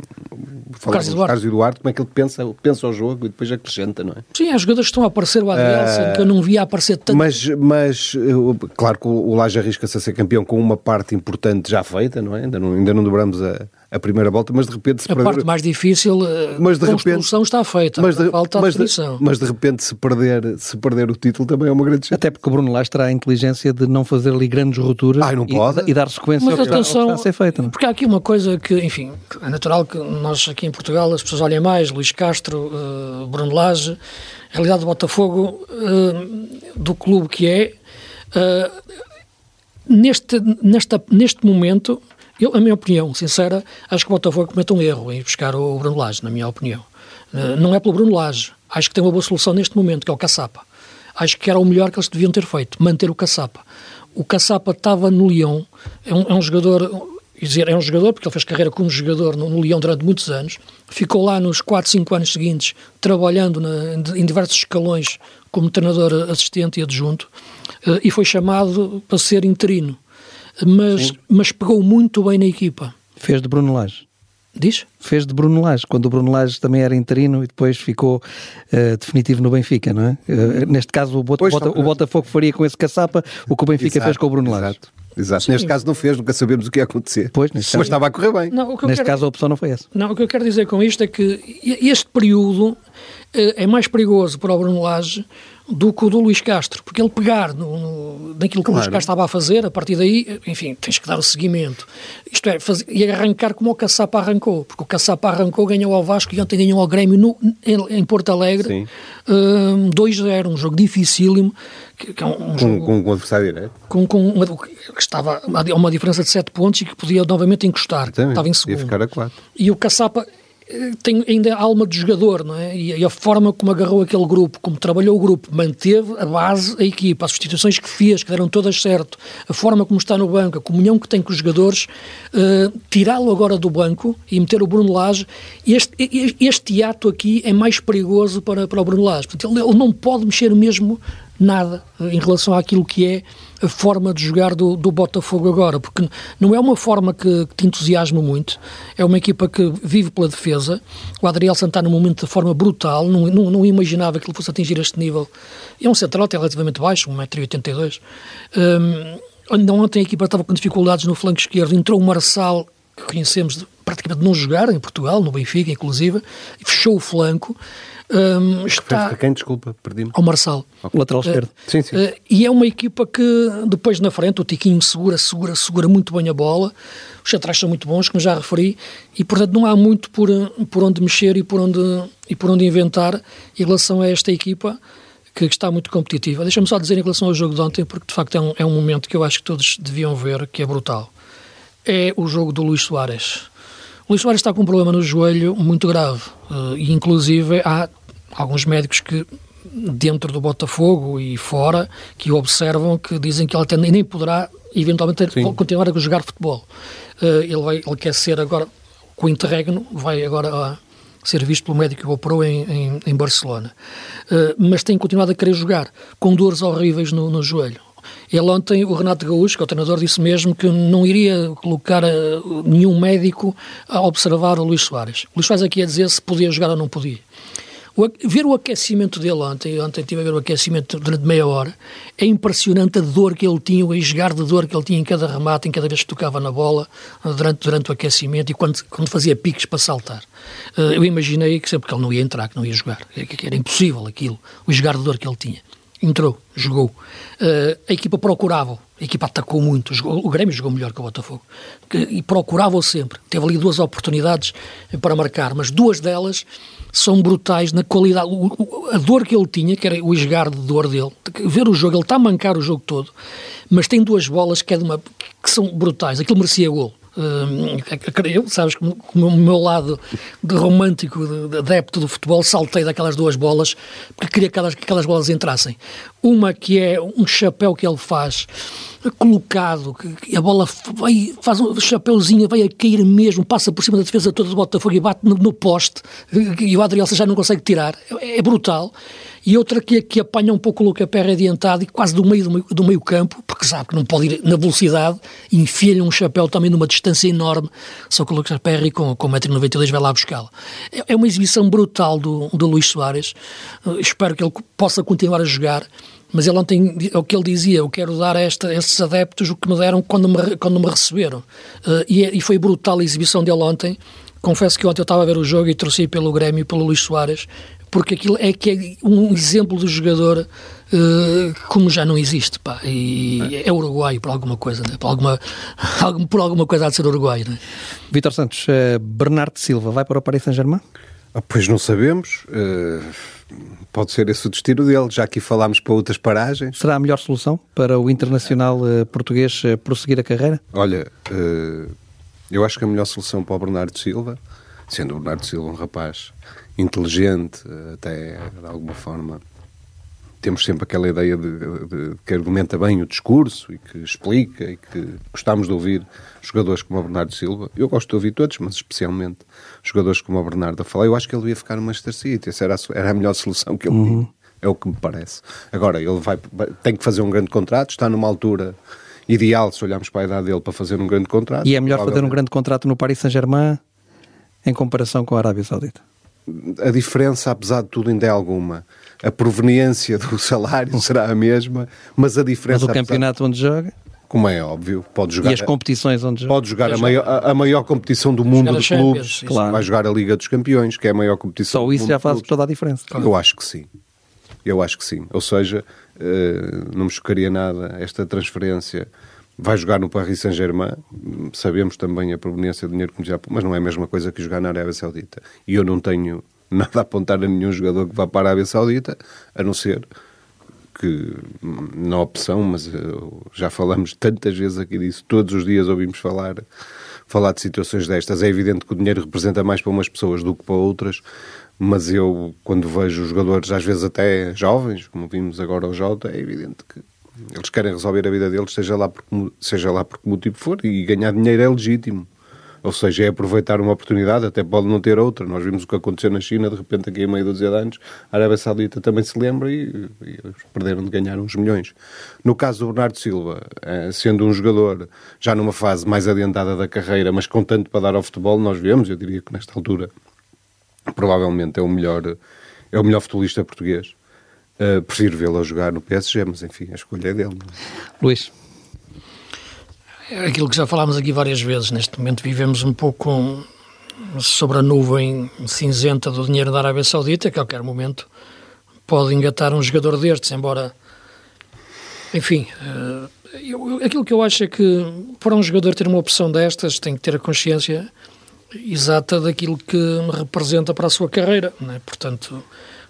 Carlos Eduardo, como é que ele pensa o jogo e depois acrescenta, não é? Sim, há jogadores que estão a aparecer, o Adrielson, que eu não via aparecer tanto. Mas claro que o Lage arrisca-se a ser campeão com uma parte importante já feita, não é? Ainda não dobramos a primeira volta, mas de repente... A parte mais difícil, a construção está feita, falta a definição. Mas de repente se perder o título também é uma grande chance. Até porque o Bruno Lage terá a inteligência de não fazer ali grandes rupturas e dar sequência ao que está a ser feito. Não? Porque há aqui uma coisa que, enfim, é natural que nós aqui em Portugal as pessoas olhem mais, Luís Castro, Bruno Lage, a realidade do Botafogo, do clube que é, neste momento... A minha opinião sincera, acho que o Botafogo comete um erro em buscar o Bruno Lage, na minha opinião. Não é pelo Bruno Lage. Acho que tem uma boa solução neste momento, que é o Caçapa. Acho que era o melhor que eles deviam ter feito, manter o Caçapa. O Caçapa estava no Lyon, é um jogador porque ele fez carreira como jogador no Lyon durante muitos anos, ficou lá nos 4, 5 anos seguintes, trabalhando em diversos escalões como treinador assistente e adjunto, e foi chamado para ser interino. Mas pegou muito bem na equipa. Fez de Bruno Lage. Diz? Fez de Bruno Lage, quando o Bruno Lage também era interino e depois ficou definitivo no Benfica, não é? Neste caso o Botafogo faria com esse Caçapa o que o Benfica fez com o Bruno Lage. Exato. Sim. Neste caso não fez, nunca sabemos o que ia acontecer. Mas estava a correr bem. Neste caso a opção não foi essa. Não, o que eu quero dizer com isto é que este período é mais perigoso para o Bruno Lage do que o do Luís Castro, porque ele pegar naquilo que o Luís Castro estava a fazer, a partir daí, enfim, tens que dar o seguimento. Isto é, e arrancar como o Caçapa arrancou, porque o Caçapa arrancou, ganhou ao Vasco e ontem ganhou ao Grêmio em Porto Alegre, 2-0, um jogo dificílimo. Que é um jogo, com um adversário direto. Que estava a uma diferença de 7 pontos e que podia novamente encostar, estava em segundo. Ia ficar a 4. E o Caçapa tem ainda a alma de jogador, não é? E a forma como agarrou aquele grupo, como trabalhou o grupo, manteve a base, a equipa, as substituições que fez, que deram todas certo, a forma como está no banco, a comunhão que tem com os jogadores, tirá-lo agora do banco e meter o Bruno Lage, este ato aqui é mais perigoso para o Bruno Lage. Portanto, ele não pode mexer mesmo nada em relação àquilo que é a forma de jogar do Botafogo agora, porque não é uma forma que te entusiasma muito, é uma equipa que vive pela defesa. O Adrielson está num momento de forma brutal, não imaginava que ele fosse atingir este nível. É um central até relativamente baixo, 1,82 m. Ainda ontem a equipa estava com dificuldades no flanco esquerdo, entrou o Marçal, que conhecemos praticamente de não jogar em Portugal, no Benfica inclusive, e fechou o flanco. Está... Quem? Desculpa, perdi-me. Ao Marçal. O lateral esquerdo. Sim. E é uma equipa que depois na frente, o Tiquinho segura muito bem a bola, os centrais são muito bons, como já referi, e portanto não há muito por onde mexer e por onde inventar em relação a esta equipa que está muito competitiva. Deixa-me só dizer em relação ao jogo de ontem, porque de facto é um momento que eu acho que todos deviam ver, que é brutal. É o jogo do Luís Soares. O Luís Soares está com um problema no joelho muito grave, e inclusive há alguns médicos que dentro do Botafogo e fora que o observam, que dizem que ele até nem poderá eventualmente continuar a jogar futebol. Ele quer ser agora, com o interregno, vai agora ser visto pelo médico que o operou em Barcelona. Mas tem continuado a querer jogar, com dores horríveis no joelho. Ele ontem, o Renato Gaúcho, que é o treinador, disse mesmo que não iria colocar nenhum médico a observar o Luís Soares. O Luís Soares aqui a dizer se podia jogar ou não podia. Ver o aquecimento dele ontem estive a ver o aquecimento durante meia hora, é impressionante a dor que ele tinha, o esgar de dor que ele tinha em cada remate, em cada vez que tocava na bola, durante o aquecimento e quando fazia piques para saltar. Eu imaginei que sempre que ele não ia entrar, que não ia jogar, que era impossível aquilo, o esgar de dor que ele tinha. Entrou, jogou. A equipa procurava, a equipa atacou muito. O Grêmio jogou melhor que o Botafogo. E procurava-o sempre. Teve ali 2 oportunidades para marcar, mas 2 delas são brutais na qualidade. A dor que ele tinha, que era o esgar de dor dele, ver o jogo, ele está a mancar o jogo todo, mas tem 2 bolas que são brutais. Aquilo merecia golo. Eu, sabes, como o meu lado de romântico, de adepto do futebol, saltei daquelas 2 bolas porque queria que aquelas bolas entrassem. Uma que é um chapéu que ele faz colocado, que a bola faz um chapéuzinho, vai a cair mesmo, passa por cima da defesa toda do Botafogo e bate no poste, e o Adriel já não consegue tirar. É brutal. E outra que apanha um pouco o Luca Perry adiantado e quase do meio campo, porque sabe que não pode ir na velocidade, e enfia-lhe um chapéu também numa distância enorme, só que o Luca Perry com 1,92 m vai lá buscá-lo. É uma exibição brutal do Luís Soares. Espero que ele possa continuar a jogar, mas ele ontem, é o que ele dizia, eu quero dar a estes adeptos o que me deram quando me receberam. E foi brutal a exibição dele ontem. Confesso que ontem eu estava a ver o jogo e torci pelo Grêmio e pelo Luís Soares, porque aquilo é um exemplo do jogador como já não existe, pá. E é uruguaio por alguma coisa, né? Por alguma coisa há de ser uruguaio, né? Vítor Santos, Bernardo Silva vai para o Paris Saint-Germain? Pois não sabemos. Pode ser esse o destino dele. Já aqui falámos para outras paragens. Será a melhor solução para o internacional português prosseguir a carreira? Olha, eu acho que a melhor solução para o Bernardo Silva, sendo o Bernardo Silva um rapaz inteligente, até de alguma forma temos sempre aquela ideia de que argumenta bem o discurso e que explica e que gostamos de ouvir jogadores como o Bernardo Silva. Eu gosto de ouvir todos, mas especialmente jogadores como o Bernardo a falar. Eu acho que ele devia ficar no Manchester City. Essa era a melhor solução que ele tinha. É o que me parece. Agora, ele tem que fazer um grande contrato, está numa altura ideal, se olharmos para a idade dele, para fazer um grande contrato. E é melhor fazer um grande contrato no Paris Saint-Germain em comparação com a Arábia Saudita? A diferença, apesar de tudo, ainda é alguma. A proveniência do salário será a mesma, mas a diferença... Mas o campeonato onde joga? Como é óbvio, pode jogar... E as competições onde joga? Pode jogar a maior competição do mundo de clubes. Claro. Vai jogar a Liga dos Campeões, que é a maior competição. Só isso já faz toda a diferença. Eu acho que sim. Ou seja, não me chocaria nada esta transferência. Vai jogar no Paris Saint-Germain, sabemos também a proveniência do dinheiro que já... Mas não é a mesma coisa que jogar na Arábia Saudita. E eu não tenho nada a apontar a nenhum jogador que vá para a Arábia Saudita, a não ser que, na opção, mas já falamos tantas vezes aqui disso, todos os dias ouvimos falar de situações destas. É evidente que o dinheiro representa mais para umas pessoas do que para outras, mas eu, quando vejo os jogadores, às vezes até jovens, como vimos agora ao Jota, é evidente que eles querem resolver a vida deles, seja lá por que motivo for, e ganhar dinheiro é legítimo. Ou seja, é aproveitar uma oportunidade, até pode não ter outra. Nós vimos o que aconteceu na China, de repente aqui a meia dúzia de anos, a Arábia Saudita também se lembra e eles perderam de ganhar uns milhões. No caso do Bernardo Silva, sendo um jogador já numa fase mais adiantada da carreira, mas com tanto para dar ao futebol, nós vemos, eu diria que nesta altura, provavelmente é o melhor futebolista português. Prefiro vê-lo a jogar no PSG, mas enfim, a escolha é dele. Luís? É aquilo que já falámos aqui várias vezes. Neste momento vivemos um pouco sobre a nuvem cinzenta do dinheiro da Arábia Saudita, que a qualquer momento pode engatar um jogador destes, embora, enfim, aquilo que eu acho é que para um jogador ter uma opção destas tem que ter a consciência exata daquilo que representa para a sua carreira, não é? Portanto,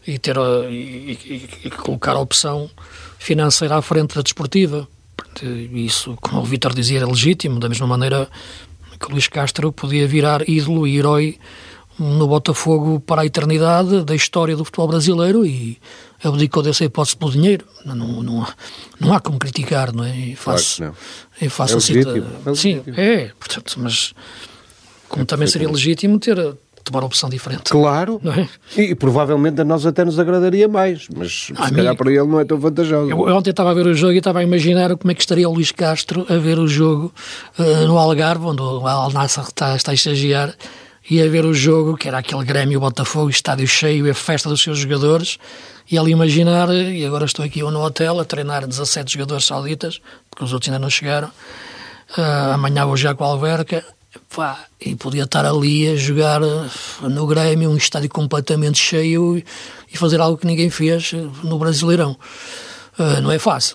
e colocar a opção financeira à frente da desportiva. Isso, como o Vítor dizia, é legítimo, da mesma maneira que o Luís Castro podia virar ídolo e herói no Botafogo para a eternidade da história do futebol brasileiro e abdicou dessa hipótese pelo dinheiro. Não há como criticar, não é? Claro que não. É legítimo. Sim, portanto, mas como também seria legítimo tomar uma opção diferente. Claro, não é? E provavelmente a nós até nos agradaria mais, mas se calhar para ele não é tão vantajoso. Eu ontem estava a ver o jogo e estava a imaginar como é que estaria o Luís Castro a ver o jogo no Algarve, onde o Al Nassr está a estagiar, e a ver o jogo, que era aquele Grêmio Botafogo, estádio cheio e a festa dos seus jogadores, e ali imaginar, e agora estou aqui no hotel a treinar 17 jogadores sauditas, porque os outros ainda não chegaram, amanhã vou já com a Alverca, e podia estar ali a jogar no Grêmio, um estádio completamente cheio e fazer algo que ninguém fez no Brasileirão. Não é fácil.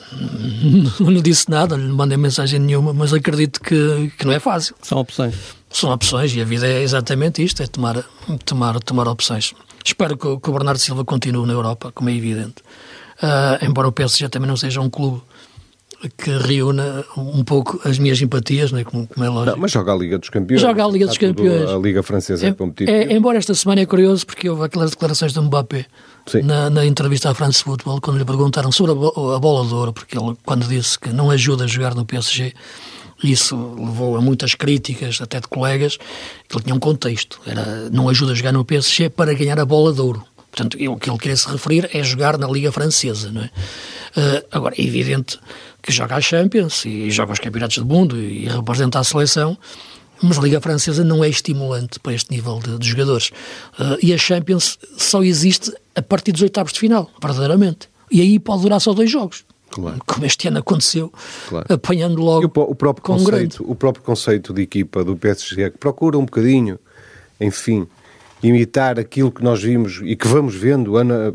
Não lhe disse nada, não lhe mandei mensagem nenhuma, mas acredito que não é fácil. São opções. São opções e a vida é exatamente isto, é tomar opções. Espero que o Bernardo Silva continue na Europa, como é evidente. Embora o PSG também não seja um clube que reúna um pouco as minhas simpatias, não é? Como é lógico. Não, mas joga a Liga dos Campeões. Joga a Liga dos Campeões. A Liga Francesa é competitiva. Embora esta semana é curioso, porque houve aquelas declarações do Mbappé na entrevista à France Football, quando lhe perguntaram sobre a bola de ouro, porque ele, quando disse que não ajuda a jogar no PSG, isso levou a muitas críticas, até de colegas, que ele tinha um contexto. Não ajuda a jogar no PSG para ganhar a bola de ouro. Portanto, o que ele queria se referir é jogar na Liga Francesa, não é? Agora, é evidente que joga a Champions e joga os campeonatos do mundo e representa a seleção, mas a Liga Francesa não é estimulante para este nível de jogadores. E a Champions só existe a partir dos oitavos de final, verdadeiramente. E aí pode durar só 2 jogos. Claro. Como este ano aconteceu, claro. Apanhando logo o próprio conceito de equipa do PSG, que procura um bocadinho, enfim, imitar aquilo que nós vimos e que vamos vendo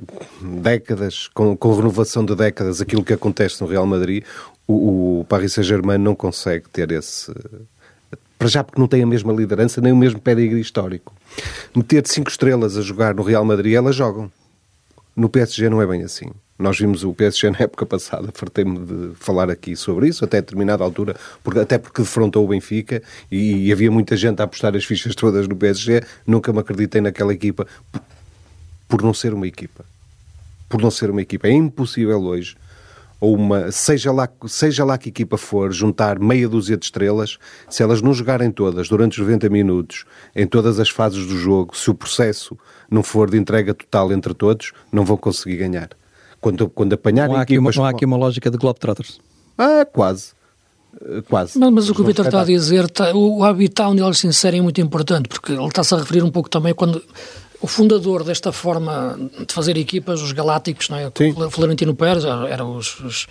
décadas, com renovação de décadas, aquilo que acontece no Real Madrid, o Paris Saint-Germain não consegue ter esse... Para já porque não tem a mesma liderança, nem o mesmo pedigree histórico. Meter 5 estrelas a jogar no Real Madrid, elas jogam. No PSG não é bem assim. Nós vimos o PSG na época passada, fartei-me de falar aqui sobre isso, até a determinada altura, até porque defrontou o Benfica e havia muita gente a apostar as fichas todas no PSG. Nunca me acreditei naquela equipa por não ser uma equipa. Por não ser uma equipa. É impossível hoje, seja lá que equipa for, juntar meia dúzia de estrelas, se elas não jogarem todas durante os 90 minutos, em todas as fases do jogo, se o processo não for de entrega total entre todos, não vão conseguir ganhar. Quando apanharem não há aqui uma lógica de Globetrotters. Quase. Mas o que o Vítor está a dizer, o habitat onde eles se inserem é muito importante, porque ele está-se a referir um pouco também quando o fundador desta forma de fazer equipas, os galácticos, não é? O Florentino Pérez, eram os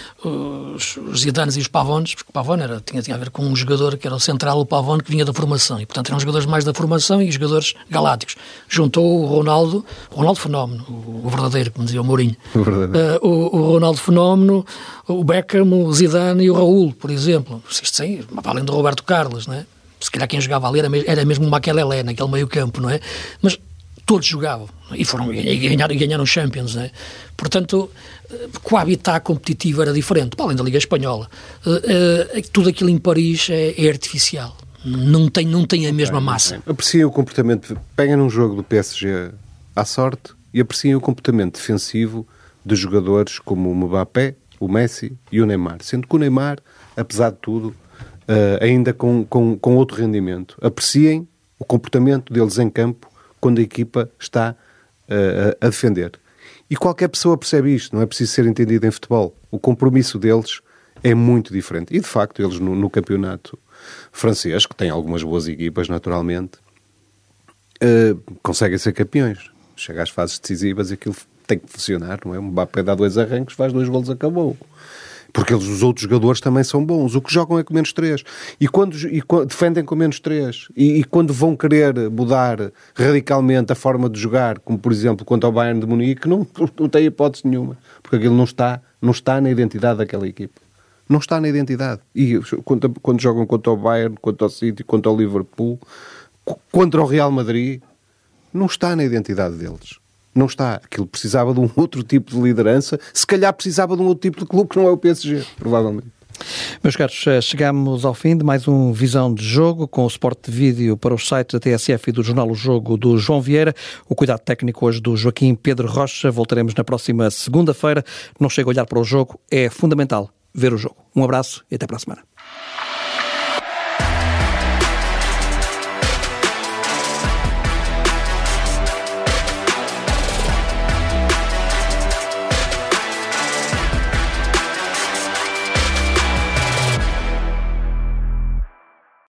Zidanes e os Pavones, porque o Pavone tinha a ver com um jogador que era o central, o Pavone, que vinha da formação, e portanto eram jogadores mais da formação e jogadores galácticos. Juntou o Ronaldo Fenómeno, o verdadeiro, como dizia o Mourinho, o Ronaldo Fenómeno, o Beckham, o Zidane e o Raul, por exemplo. Isto sim, além do Roberto Carlos, não é? Se calhar quem jogava ali era mesmo o Makelele, naquele meio campo, não é? Mas todos jogavam e ganharam Champions, não é? Portanto, o habitat competitivo era diferente, para além da Liga Espanhola. Tudo aquilo em Paris é artificial, não tem a mesma massa. Apreciem o comportamento, peguem num jogo do PSG à sorte e apreciem o comportamento defensivo de jogadores como o Mbappé, o Messi e o Neymar, sendo que o Neymar, apesar de tudo, ainda com outro rendimento. Apreciem o comportamento deles em campo quando a equipa está a defender. E qualquer pessoa percebe isto, não é preciso ser entendido em futebol. O compromisso deles é muito diferente. E, de facto, eles no campeonato francês, que tem algumas boas equipas, naturalmente, conseguem ser campeões. Chega às fases decisivas e aquilo tem que funcionar, não é? O Mbappé dá 2 arranques, faz 2 golos, acabou. Porque os outros jogadores também são bons. O que jogam é com menos 3. E quando defendem com menos 3. E quando vão querer mudar radicalmente a forma de jogar, como por exemplo quanto ao Bayern de Munique, não tem hipótese nenhuma. Porque aquilo não está na identidade daquela equipa. Não está na identidade. E quando jogam contra o Bayern, contra o City, contra o Liverpool, contra o Real Madrid, não está na identidade deles. Não está. Aquilo precisava de um outro tipo de liderança. Se calhar precisava de um outro tipo de clube que não é o PSG, provavelmente. Meus caros, chegamos ao fim de mais um Visão de Jogo, com o suporte de vídeo para os sites da TSF e do jornal O Jogo do João Vieira. O cuidado técnico hoje do Joaquim Pedro Rocha. Voltaremos na próxima segunda-feira. Não chega a olhar para o jogo, é fundamental ver o jogo. Um abraço e até para a semana.